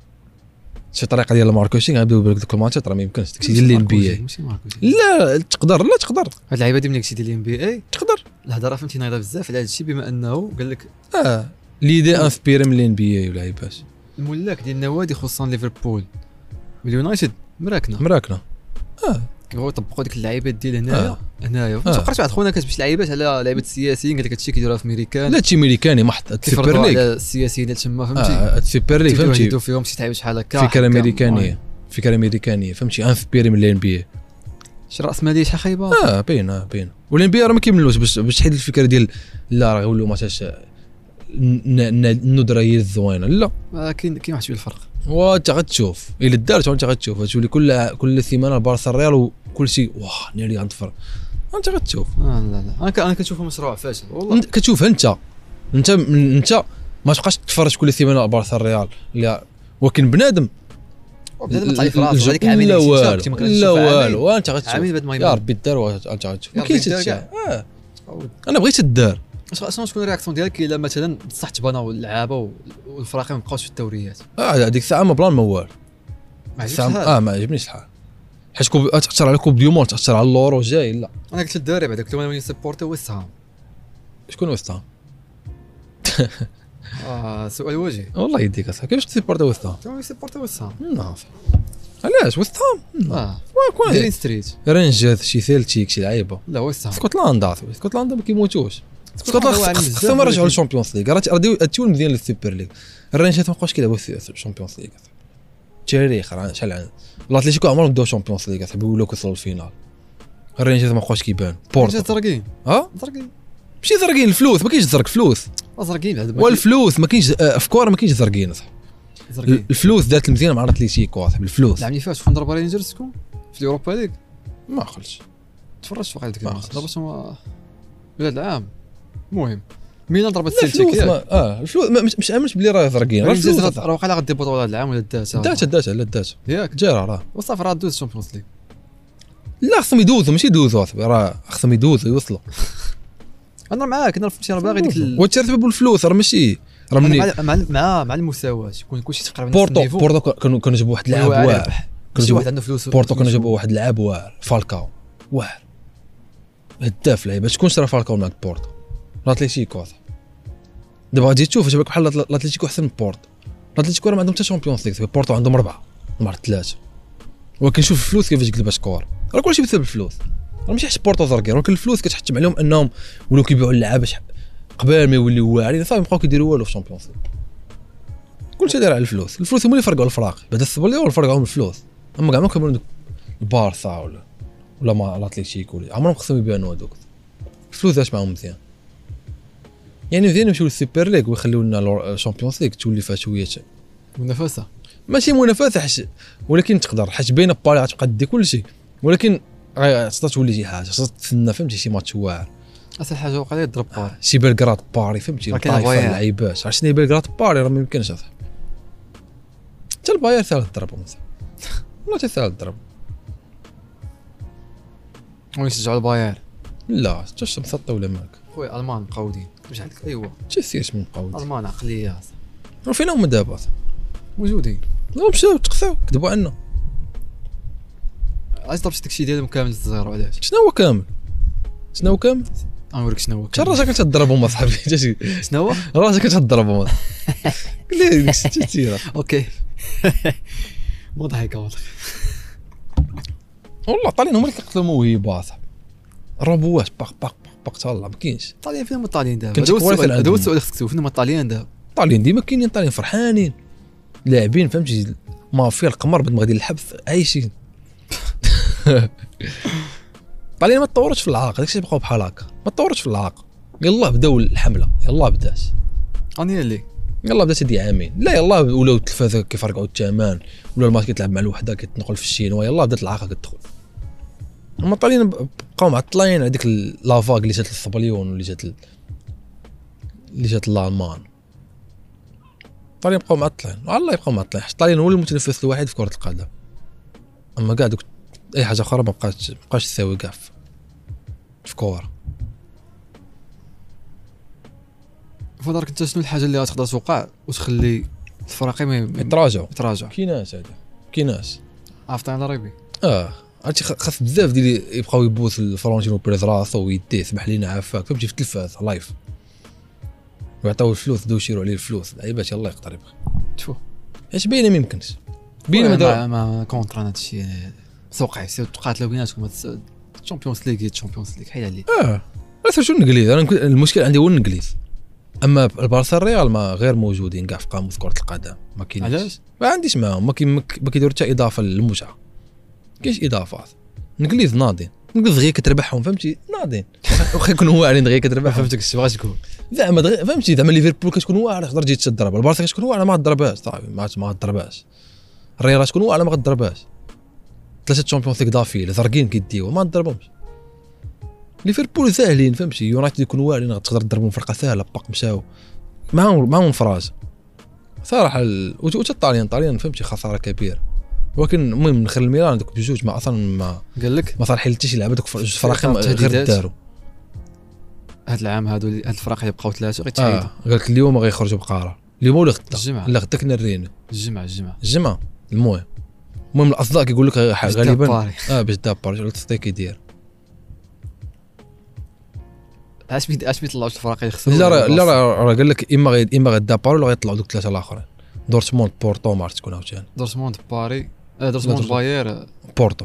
شي طريقه ديال الماركتينغ يبداو بديك الماتشات راه ما يمكنش داكشي ديال الان بي اي لا تقدر هاد اللعيبه ديال داكشي ديال الان بي اي تقدر الهضره فهمتي نايضه بزاف على هذا الشيء بما انه قال لك ليدي انسبيري من الان بي اي ولعيبات الملاك ديال النوادي خصوصا ليفربول واليونايتد مراكنه كيبغيو يطبقوا ديك اللعيبات ديال هنايا فكرت واحد خونا كتبش لعيبات على لعيبه السياسيين قال لك هادشي كيديروها في امريكان لا هادشي امريكاني محض السوبر ليغ السياسيين ديال تما فهمتي السوبر ليغ فهمتي يديروا فيهم شي لعيبه بحال هكا فكره امريكانيه فهمتي انسبيري من الان بي اي شي راس ماليه شحال خايبه باينه والان بي اي راه ما كيملوش باش تحيد الفكره ديال لا راه يولوا مثلا الندره هي الزوينه لا كاين واحد شويه الفرق وانت غتشوف الا دارت وانت غتشوف غتولي كل سيمانه بارسا الريال وكل شيء واه ناري غنتفرج انت غتشوف لا انا كنشوفه مشروع فاشل والله كتشوف انت ما تبقاش تتفرج كل سيمانه بارسا الريال ولكن بنادم طالع في راسو هذيك عامين لا والو وانت غتشوف يا ربي دار وانت غتشوف ما كاينش هادشي انا بغيت الدار شنو تكون الرياكسيون ديالك الا مثلا بصح تباناو اللعابه والفراقي ما بقاوش في الدوريات هذيك الساعه ما بلان موال ما ما عجبنيش الحال حيت تاثر على كوب ديو مون، تاثر على اللورو جاي. لا انا قلت للدراري بعدا قلت لهم انا وين سبورتي ويست هام. شكون ويست هام؟ سؤال وجهي والله يديك اصاحبي، كيفاش تسيبورتا ويست هام؟ تو سبورتي ويست هام. نعرف علاش ويست هام؟ ديرين ستريت رينجرز شي سيلتيك شي لعيبه. لا ويست هام اسكتلندا ما كيموتوش. اسكتلندا خصهم يرجعوا للشامبيونز ليغ، راه هادشي مزيان للسوبر ليغ. الرينجرز ما بقاوش كيلعبوا في الشامبيونز ليغ تاريخ، راه شحال عام الاتليتيكو عمرهم بداو الشامبيونز ليغ صاحبي ولاو كيوصلوا للفينال. الرينجرز ما بقاوش كيبان. بورتو زرقين زرقين ماشي زرقين، الفلوس ما كاينش زرق فلوس زرقين والفلوس ما كاينش في كوره ما كاينش زرقين صاحبي. الفلوس دارت المزيان مع الاتليتيكو صاحبي. الفلوس العام اللي فات فين ضرب رينجرز شكون في اليوروبا ليغ ما عقلتش تفرجت واقع ديك ضربتهم بلاد العام. المهم ميلان ضربت سيلتيك الفلوس مش امنش بلي راه زرقين. الفلوس راه واقع غادي بطوله هذا العام ولا دات ياك جارة راه وصافي راه دوز الشامبيونز ليغ. لا خصهم يدوزوا ماشي يدوزوا صاحبي، راه خصهم يدوزوا يوصلوا. انا معاك، انا فهمتي، انا باغي ديك وترتب بالفلوس راه ماشي راه مع المساواه يكون كلشي تقريبا نفس النيفو. بورتو كانوا جابوا واحد اللاعب واعر، كلشي واحد عنده فلوس. بورتو كانوا جابوا واحد اللاعب واعر فالكاو واعر هداف لعيبه. شكون شرا فالكاو معك بورتو؟ الاتليتيكو. دابا غادي تشوف شباب بحال الاتليتيكو احسن من بورتو. الاتليتيكو راه ما عندهم حتى شامبيونز ليغ، بورتو عندهم 4 مع 3. ولكن شوف الفلوس كيفاش قلبها سكور، راه كلشي بسبب الفلوس. راه ماشي حيت بورتو زرقين، ولكن الفلوس كتحتم عليهم انهم ولاو كيبيعوا اللعابه قبل ما يوليو واعرين صافي مابقاو كيديروا والو في الشامبيونز ليغ. كلشي داير على الفلوس. الفلوس هما اللي فرقعوا الفراق بعد الصبر اللي فرقعوا الفلوس. اما كاع ما كملوا البارسا ولا مع الاتليتيكو عمرهم خصهم يبيعوا هذوك. الفلوس داش معاهم مزيان، يعني مزيان يمشيو للسوبر ليغ ويخليو لنا الشامبيونز ليغ تولي فيها شويه منافسه. ماشي منافسه ولكن تقدر حيت باينه باري غتبقى دي كلشي، ولكن خاصها تولي شي حاجه، خاصها تسنى فهمتي شي ماتش واعر. اسهل حاجه وقع لي ضرب باري شي بلغراد باري فهمتي طايفه اللعيبات. عرفتي شنو هي بلغراد باري؟ راه ما يمكنش اصاحبي حتى الباير ساهل تضربهم والله تساهل تضرب. ويشجعوا الباير لا حتى مسطه ولا مالك خويا المان مقودين واش عندك. ايوا تسيرش من قود المان عقليه فين هما دابا موجودين. لا مشاو تقساو كذبوا عنا. علاش ضربتي داكشي ديالهم كامل الزيرو؟ علاش شنو هو كامل غنوريك شنو هو كامل. راسك كتضربهم اصاحبي شنو هو راسك كتضربهم قال لي ديك اوكي مضحك والله. الطاليين هما اللي كيقتلوا الموهبه اصاحبي. الروبوات باق تهلا ما كاينش. الطاليين فين هما الطاليين دابا؟ هذا هو السؤال خصك تسول، فين هما الطاليان دابا؟ الطاليين ديما كاينين، الطاليين فرحانين لاعبين فهمتي مافيا القمر بعد ما غادي للحبس عايشين. الطاليين ما تطورش في العراق، داكشي بقاو بحال هكا ما تطورش في العراق. يلاه بداو الحمله، يلاه بدات اني اللي يلاه بدات هادي عامين. لا يلاه ولاو التلفازه كيفرقعوا الثمن، ولا الماتش كيتلعب مع الوحده كتنقل في الشينوا. يلاه بدات العراق كتدخل. هما الطاليين بقاو معطلين على ديك لافاغ اللي جات للصبليون واللي جات لالمان. الطاليين بقاو معطلين والله يبقاو معطلين حيت الطاليين هو المتنفس الوحيد في كره القدم. اما كاع دوك اي حاجه اخرى ما بقاش تساوي كاع في كوره. فدارك انت شنو الحاجه اللي غتقدر توقع وتخلي الفريق يتراجعوا؟ كايناش هذا كايناش عرفتي على ريبي. عرفتي خاص بزاف ديال يبقاو يبوس الفرونتينو بريز راسو ويديه سمح لينا عافاك فهمتي في التلفاز لايف ويعطيو الفلوس بداو يشيروا عليه الفلوس لعيبات يلاه يقدر يبقى تفو اش باينه ما يمكنش باينه ما كونتر هذا الشيء سوقع تقاتلوا بيناتكم الشامبيونز ليغ حيد عليه. شو الانجليز انا المشكل عندي هو الانجليز. اما البارسا الريال ما غير موجودين كاع في قاموس كره القدم ما كاينش. علاش ما عنديش معاهم ما كيديروا حتى اضافه للمتعه. كاينش اضافات. الانجليز ناضين الانجليز غير كتربحهم فهمتي ناضين واخا يكونوا واعرين غير كتربحهم. فهمتك اش بغيت تقول زعما فهمتي زعما ليفربول كتكون واعره تقدر تجي تضرب. البارسا كتكون واعره ما تضربهاش صافي ما تضربهاش. الريال تكون واعره ما تضربهاش. 3 تشامبيونز ليغ دافيل زرقين كيديو ما تضربهمش. ليفربول ساهلين فهمتي يونايتد يكونوا واعرين تقدر تضربهم فرقه سهله باق مشاو معاهم فراج صراحه. وتا الطاليان فهمتي خساره كبيره. ولكن المهم نخلي الميلان دوك بجوج ما اصلا ما قال لك ما صالحين حتى شي لعبه دوك فراقين غير داروا هذا العام هادو هاد الفراق اللي بقاو 3 غيتحيدوا. قال لك اليوم غيخرجوا بقرار اليوم ولا غدا الجمعه لا غدا كنا الرينا الجمعه المهم المهم الاصداء كيقول لك غالبا باش دا باري ولا تصديق كيدير. علاش بيطلعوش الفرق يخسروا؟ لا راه قال لك اما غدا باري ولا غيطلعوا دوك ثلاثه الاخرين. دورتموند بورتو ما عرفت شكون عاوتاني. دورتموند باري دورتموند باير بورتو.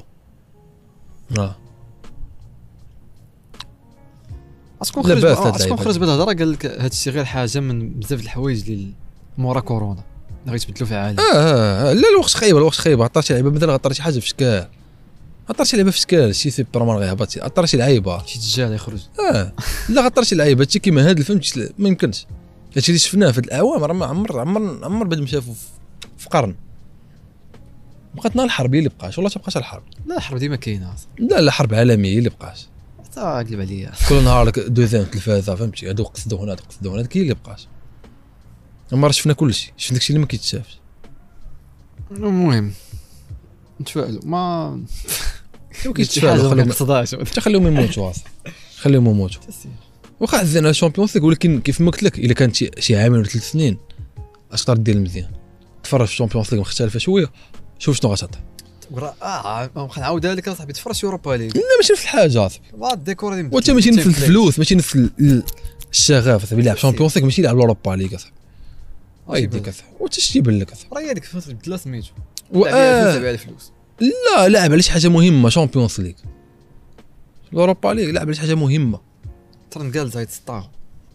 اسكون خرج بالهضره قال لك هذا الشيء غير حاجه من بزاف د الحوايج اللي مورا كورونا اللي غيتبدلوا في العالم. لا الوقت خايب عطات شي لعيبه مثلا عطات شي حاجه في شكال عطات شي لعيبه في شكال شي سوبر مان غيهبط عطات شي لعيبه شي دجال يخرج لا عطات شي لعيبه هادشي كيما هاد فهمتي ما يمكنش هادشي اللي شفناه في هاد الاعوام راه عمر بدا شافو في قرن بقاتنا الحرب هي اللي بقاش والله تبقاش الحرب. لا الحرب ديما كاينه. لا حرب عالميه هي اللي بقاش حتى قلب عليا كل نهار دوزيام تلفازه فهمتي هادو قصدوا هنا هذاك هي اللي بقاش. اما راه شفنا كلشي شفنا داكشي اللي ما كيتشافش. المهم نتفائلوا ما كيتفائلوا خليهم يموتوا خليهم يموتوا واخا حزنا الشامبيونز ليغ ولكن كيف ما قلت لك الا كانت شي عامين ولا 3 سنين اش تقدر دير مزيان تفرج في الشامبيونز ليغ مختلفه شويه شوف شنو غتعطي. نعاودها لك اصاحبي تفرج في اوروبا ليغ لا ماشي نفس الحاجه بعض الديكور ديال وانت ماشي نفس الفلوس ماشي نفس الشغف اصاحبي يلعب الشامبيونز ليغ ماشي يلعب اوروبا ليغ اصاحبي يديك اصاحبي وانت اش تيبان لك اصاحبي راه هذيك الفتره بدلا سميتو لعب على الفلوس. لا لعب على شي حاجه مهمه شامبيونز ليغ اوروبا ليغ لعب على شي حاجه مهمه ترنقال زايد سطاغ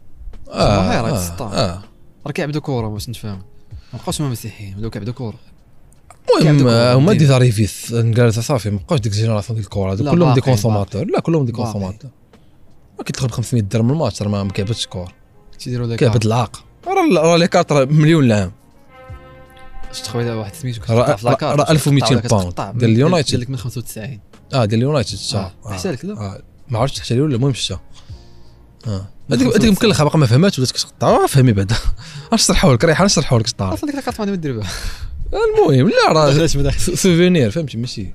راه كيعبدوا كوره باش نتفاهم ما بقاوش هما مسيحيين ولاو كيعبدوا كوره. المهم هما دي زاريفيس نقال صافي ما بقاوش ديك الجينيراسيون ديال الكره كلهم دي كونسوماتور لا كلهم دي كونسوماتور ما كيدخل ب 500 درهم الماتش راه ما كيعبدش كوره تيديروا لك كيعبد العاق راه لي كارت مليون العام شفت خويا واحد سميتو راه 1200 باوند ديال اليونايتد ديال لك من 95 ديال اليونايتد صح حتى لك لا ما عرفتش حتى لي ولا المهم شتا هذيك مكلخه باقا ما فهماتش ولات كتقطع فهمي بعدا نشرحوا لك ريحه نشرحوا لك طار اصلا ديك الكارت ما دير بها. المهم لا راه سوفينير فهمتي ماشي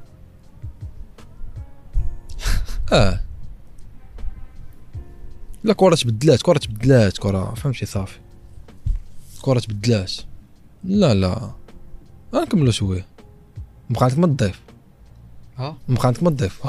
لا كره تبدلات كره فهمتي صافي كره تبدلات لا نكملوا شويه بقى عندك ما تضيف بقى عندك ما تضيف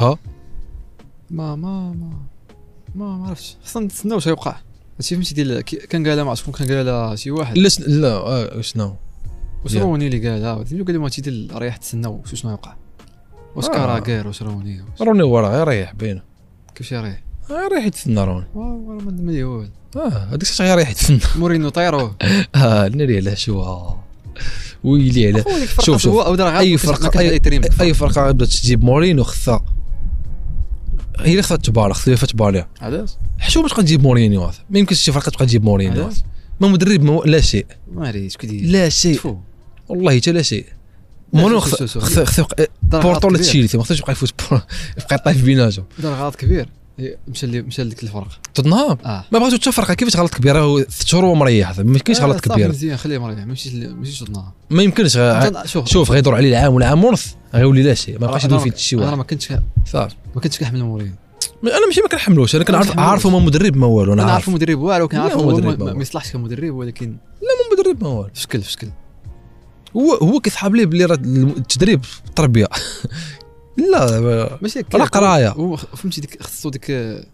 ما عرفتش خصنا نتسناو واش غيوقع هادشي فهمتي ديال كان قالها ما عرفتش شكون كان قالها شي واحد لا شنو روني اللي قالها قال لهم هادشي ديال ريح تسناو شنو يوقع واش كاراكير واش روني هو راه غير ريح باينه كيفاش يريح ريح يتسنى روني ما مليون هذاك الشيء غير ريح يتسنى مورينو طيروه ناري على شو ويلي على شوف اي فرقه غتبدا تجيب مورينو خصها هي اللي خصها تبالغ خصها تبالغ علاش حشو باش تجيب مورينيو ما يمكنش شي فرقه تبقى تجيب مورينيو ما مدرب لا شيء ما عرفتش كدير لا شيء والله حتى لا شيء مورينيو خصها بورتو ولا تشيلسي ما خصهاش يبقى يفوت يبقى يطيح بيناتهم دار غلط كبير مشى لديك الفرق توتنهام ما بغاتو حتى فرقه كيفاش غلط كبير راه 6 شهور ومريح ما يمكنش غلط كبير مزيان خليه مريح ماشي توتنهام ما يمكنش شوف غيدور عليه العام ولا عام ونص غيولي لا شيء ما بقاش يدور فيه شي واحد انا ما كنتش كنحمل مورينيو انا ماشي ما كنحملوش انا كنعرف عارفه ما مدرب ما والو انا عارفه مدرب والو كنعرفه ما يصلحش كمدرب ولكن لا ما مدرب ما والو في شكل هو كيصحاب ليه بلي راه التدريب تربيه لا ماشي راه قرايه فهمتي ديك خصو ديك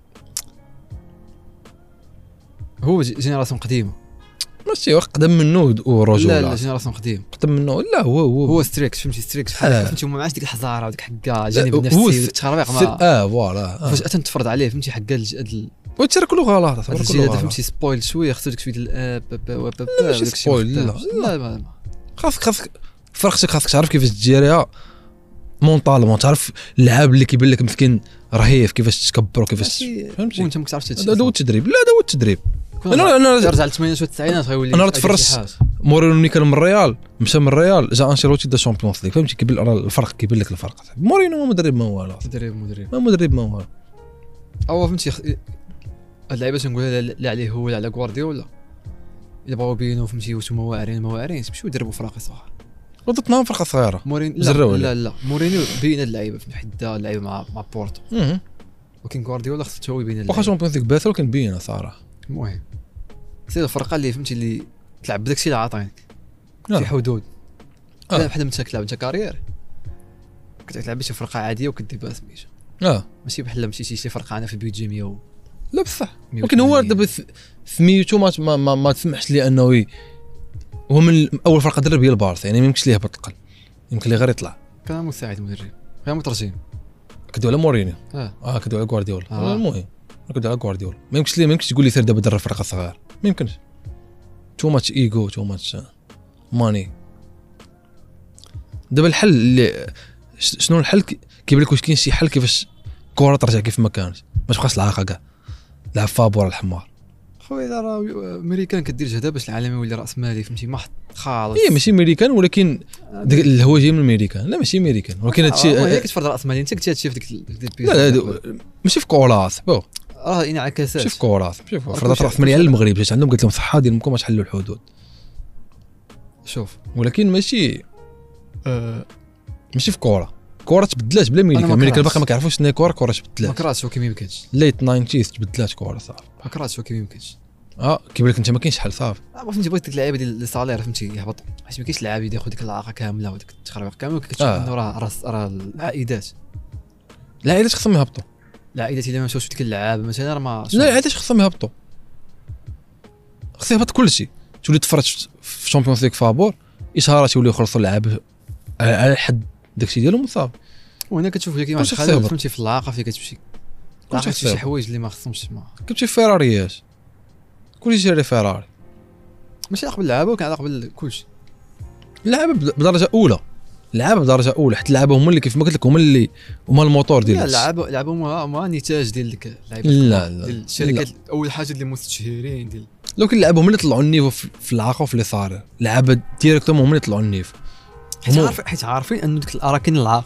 هو جينيراسيون قديمه ماشي قدم منه ورجوله لا جينيراسيون قديم قدم منه لا هو ستريكس فهمتي ستريكس فهمتي ما عادش ديك الحزاره وديك حكا جانب نفسي التخربيق فوالا فاش تفرض عليه فهمتي حكا هاد وترى كله غلط فهمتي سبويل شويه خصو ديك شويه الاب ماشي سبويل لا خاصك فرقتك خاصك تعرف كيفاش تجيريها مونطالمون تعرف اللعاب اللي كيبان لك مسكين رهيف كيفاش تكبر وكيفاش فهمتي وانت ما كتعرفش هادشي هذا هو التدريب لا هذا هو التدريب انا ترجع للثمانينات والتسعينات غيولي انا تفرجت مورينيو ملي كان من الريال مشى من الريال جا انشيلوتي دا شامبيونز ليغ فهمتي كيبان الفرق كيبان لك الفرق مورينيو ما مدرب ما والو مدرب ما والو او فهمتي هاد اللعيبه تنقولها لا عليه هو لا على غوارديولا الا بغاو يبينوا فهمتي واش هما واعرين يمشيو يدربوا في راقي صغار وضطناهم فرقه صغيره مورينيو لا مورينيو بين اللعيبه في حدا اللعيبه مع بورتو ولكن غوارديولا خصو هو يبين واخا شامبيونز ليغ باثر ولكن بينه صراحه المهم سير الفرقه اللي فهمتي اللي تلعب بداكشي اللي عاطينك في حدود بحال انت كتلعب انت كارير كتلعب شي فرقه عاديه وكدير بها سميتو ماشي بحال ماشي شي فرقه انا في البيدجي 100 لا بصح. ولكن هو دابا سميتو ما تسمحش لي انه هو من اول فرقه درب هي البارسا، يعني ما يمكنش ليه يهبط القل، يمكن ليه غير يطلع. كان مساعد مدرب غير مترجم. كدوي على مورينيو كدوي على غوارديولا. المهم كدوي على غوارديولا، ما يمكنش تقول لي سير دابا درب فرقه صغار، ما يمكنش. تو ماتش ايغو، تو ماتش ماني. دابا الحل اللي شنو الحل؟ كيبان لك واش كاين شي حل كيفاش الكره ترجع كيف ما كانت، ما تبقاش العاقه كاع لعب فابور الحمار. خويا راه امريكان كدير جهد باش العالم يولي راس مالي، فهمتي؟ ما خالص هي ماشي امريكان، ولكن الهوا جاي من امريكان. لا ماشي امريكان، ولكن هادشي هي كتفرض راس مالي. انت كنتي هادشي في ديك لا ماشي في كوره صاحبو، انعكاسات. ماشي في كوره. شوف فرضت راس مالي على المغرب، جات عندهم قالت لهم صحه ديالكم ما تحلوا الحدود. شوف ولكن ماشي ماشي في كوره تبدلات بلا امريكان باقي ما كيعرفوش شنو هي كوره تبدلات. ما كرهتش كيما يمكنش ليت 90 تبدلات كوره صافي. ما كرهتش كيما يمكنش. كيبان لك انت ما كاينش حل صافي. فهمتي بغيت ديك اللعيبه ديال الصالير فهمتي يهبط، حيت ما كاينش لاعب ياخذ ديك العاقه كامله وديك التخربيق كامل. كتشوف انه راه العائدات خصهم يهبطوا. العائدات الا ما مشاوش ديك اللعابه مثلا راه ما لا العائدات خصهم يهبطوا. خص يهبط كلشي. تولي تفرج في شامبيونز ليغ فابور اشهارات يوليو يخلصوا اللعاب على حد داكشي ديالهم صافي. وهنا كتشوف هي كيما خالد فهمتي في العاقه فين كتمشي شي حوايج اللي ما خصهمش. ما كتمشي في فيراريات كلشي شاري فيراري، ماشي علاقه باللعابه ولكن علاقه بكلشي. اللعابه بدرجه اولى، اللعابه بدرجه اولى، حيت اللعابه هما اللي كيف ما قلت لك هما الموتور ديال اللعابه هما نتاج ديال ديك اللعيبه. لا ديال الشركات اول حاجه اللي مستشهرين ديال لو كان اللعابه هما اللي طلعوا النيفو في العاقه وفي اللي صار. اللعابه ديريكتوم هما اللي طلعوا النيفو، حيت عارفين انه ديك الاراكين العاق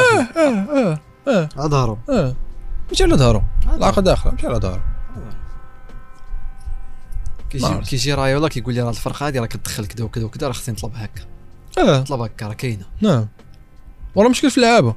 ظهروا ماشي على ظهروا العاقه داخله ماشي على ظهروا. كيجي رايولا كيقول لي راه الفرقه هذه راه كتدخل كذا وكذا وكذا، راه خصني نطلب هكا. طلب هكا راه كاينه. نعم وراه مشكل في اللعابه،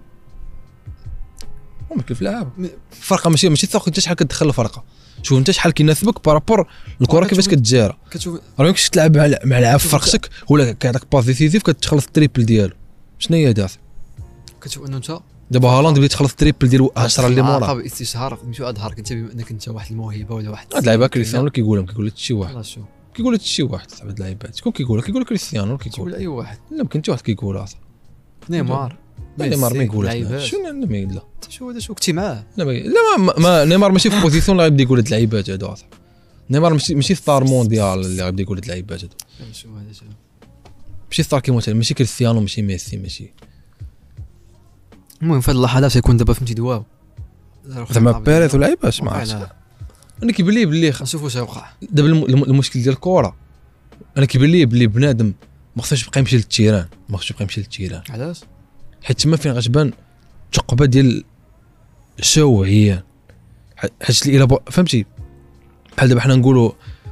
مشكل في اللعابه. الفرقه ماشي تاخذ انت شحال كتدخل الفرقه. شوف انت شحال كيناسبك بارابور الكره كيفاش كتجارى. كتشوف راه مايمكنش تلعب مع لعاب في فرقتك ولا كيعطيك باس ديسيزيف كتخلص التريبل ديالو. شنو هي داس؟ كتشوف انه انت دابا هالاند بغيت تخلص التريبل ديال 10 اللي مورا باستشهار مشيو اظهرك انت بما انك انت واحد الموهبه ولا واحد هاد اللعيبه كريستيانو كيقول لك شي واحد كيقول لك شي واحد صاحب هاد اللعيبات شكون كيقول كريستيانو كيقول اي واحد. لا يمكن حتى واحد كيقولها نيمار ما يقولش شنو لا شو هذا شو كنتي معاه. لا ما نيمار ماشي في بوزيسيون اللي غيبدا يقول هاد اللعيبات هادو. نيمار ماشي ستار مونديال اللي غيبدا يقول هاد اللعيبات هادو. شو هذا ماشي ستار كيما ماشي كريستيانو ماشي ميسي ماشي. المهم في هاد اللحظات يكون دابا فهمتي دواو زعما بيريز واللعيبات ما عرفتش. انا كيبان لي بلي نشوفوا واش غيوقع دابا. المشكل ديال الكره انا كيبان لي بلي بنادم ما خصوش يبقى يمشي للتيران. علاش؟ حيت تما فين غتبان الثقبه ديال الشوعيه. حيت الا فهمتي بحال دابا حنا نقولوا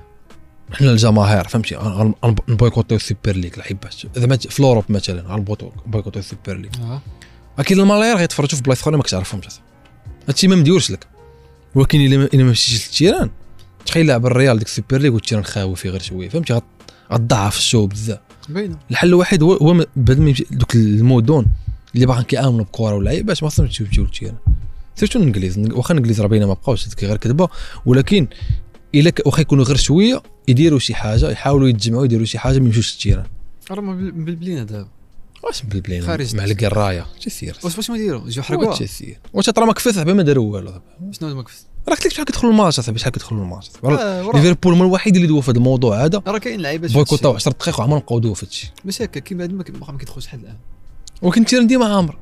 حنا الجماهير فهمتي نبويكوتيو السوبر ليغ لعيبات زعما في اوروب مثلا غنبويكوتيو السوبر ليغ. اكيد الملايير غيتفرجوا في بلايص اخرين ما كتعرفهمش. هادشي ما مديورش لك. ولكن الا ما مشيتيش للتيران تخيل لاعب الريال ديك السوبر ليغ والتيران خاوي فيه غير شويه فهمتي غتضعف الشو بزاف. باينه الحل الوحيد هو بعد دوك المدن اللي باغيين كيامنوا بالكره واللعيبات ما خصهمش يمشيو للتيران. سيرتو الانجليز واخا الانجليز راه باينه ما بقاوش غير كذبه. ولكن الا واخا يكونوا غير شويه يديروا شي حاجه يحاولوا يتجمعوا يديروا شي حاجه ما يمشيوش للتيران. راه مبلبلينه دابا واش مبلبلين مع القرايه تيسير واش ما يديروا يجيو يحرقوها تيسير واش ترى ما كفاش صاحبي ما داروا والو. شنو ما كفاش راه قلت لك شحال كيدخلوا الماتش صاحبي شحال كيدخلوا الماتش. ليفربول هو الوحيد اللي دوا في هذا الموضوع هذا. راه كاين لعيبه بويكوطاو 10 دقائق وعمرهم بقاو دوا في هادشي. ماشي هكا كيما هاد ما كيدخلوش حد الان. ولكن التيران ديما عامر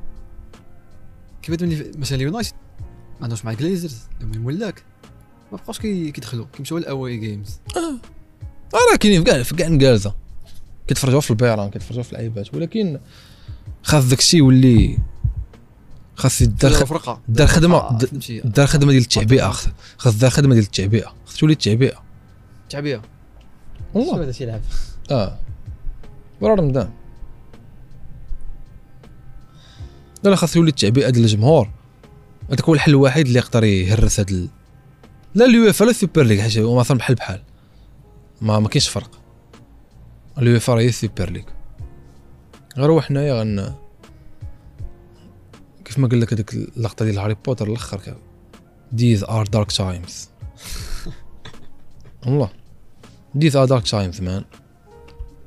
كيما تولي مثلا اليونايتد ما عندوش مع الجليزرز الملاك ما بقاوش كيدخلوا كيمشيو للاواي جيمز. راه كاينين في كاع نكالزه كيتفرجوا في البيران كيتفرجوا في اللعيبات. ولكن خاص داكشي يولي خاص يدار خدمه ديال التعبئه. خاص دار خدمه ديال التعبئه. خاص تولي التعبئه والله هذا شي لعب ورا رمضان. لا خاص يولي التعبئه ديال الجمهور. هذاك هو الحل الوحيد اللي يقدر يهرس هذا لا اليويفا لا السوبر ليغ حيت هما مثلا بحال ما كاينش فرق. اليويفا هي السوبر ليغ غير هو حنايا كيف ما قال لك هذيك اللقطه ديال هاري بوتر الاخر كان these are dark times والله these are dark times man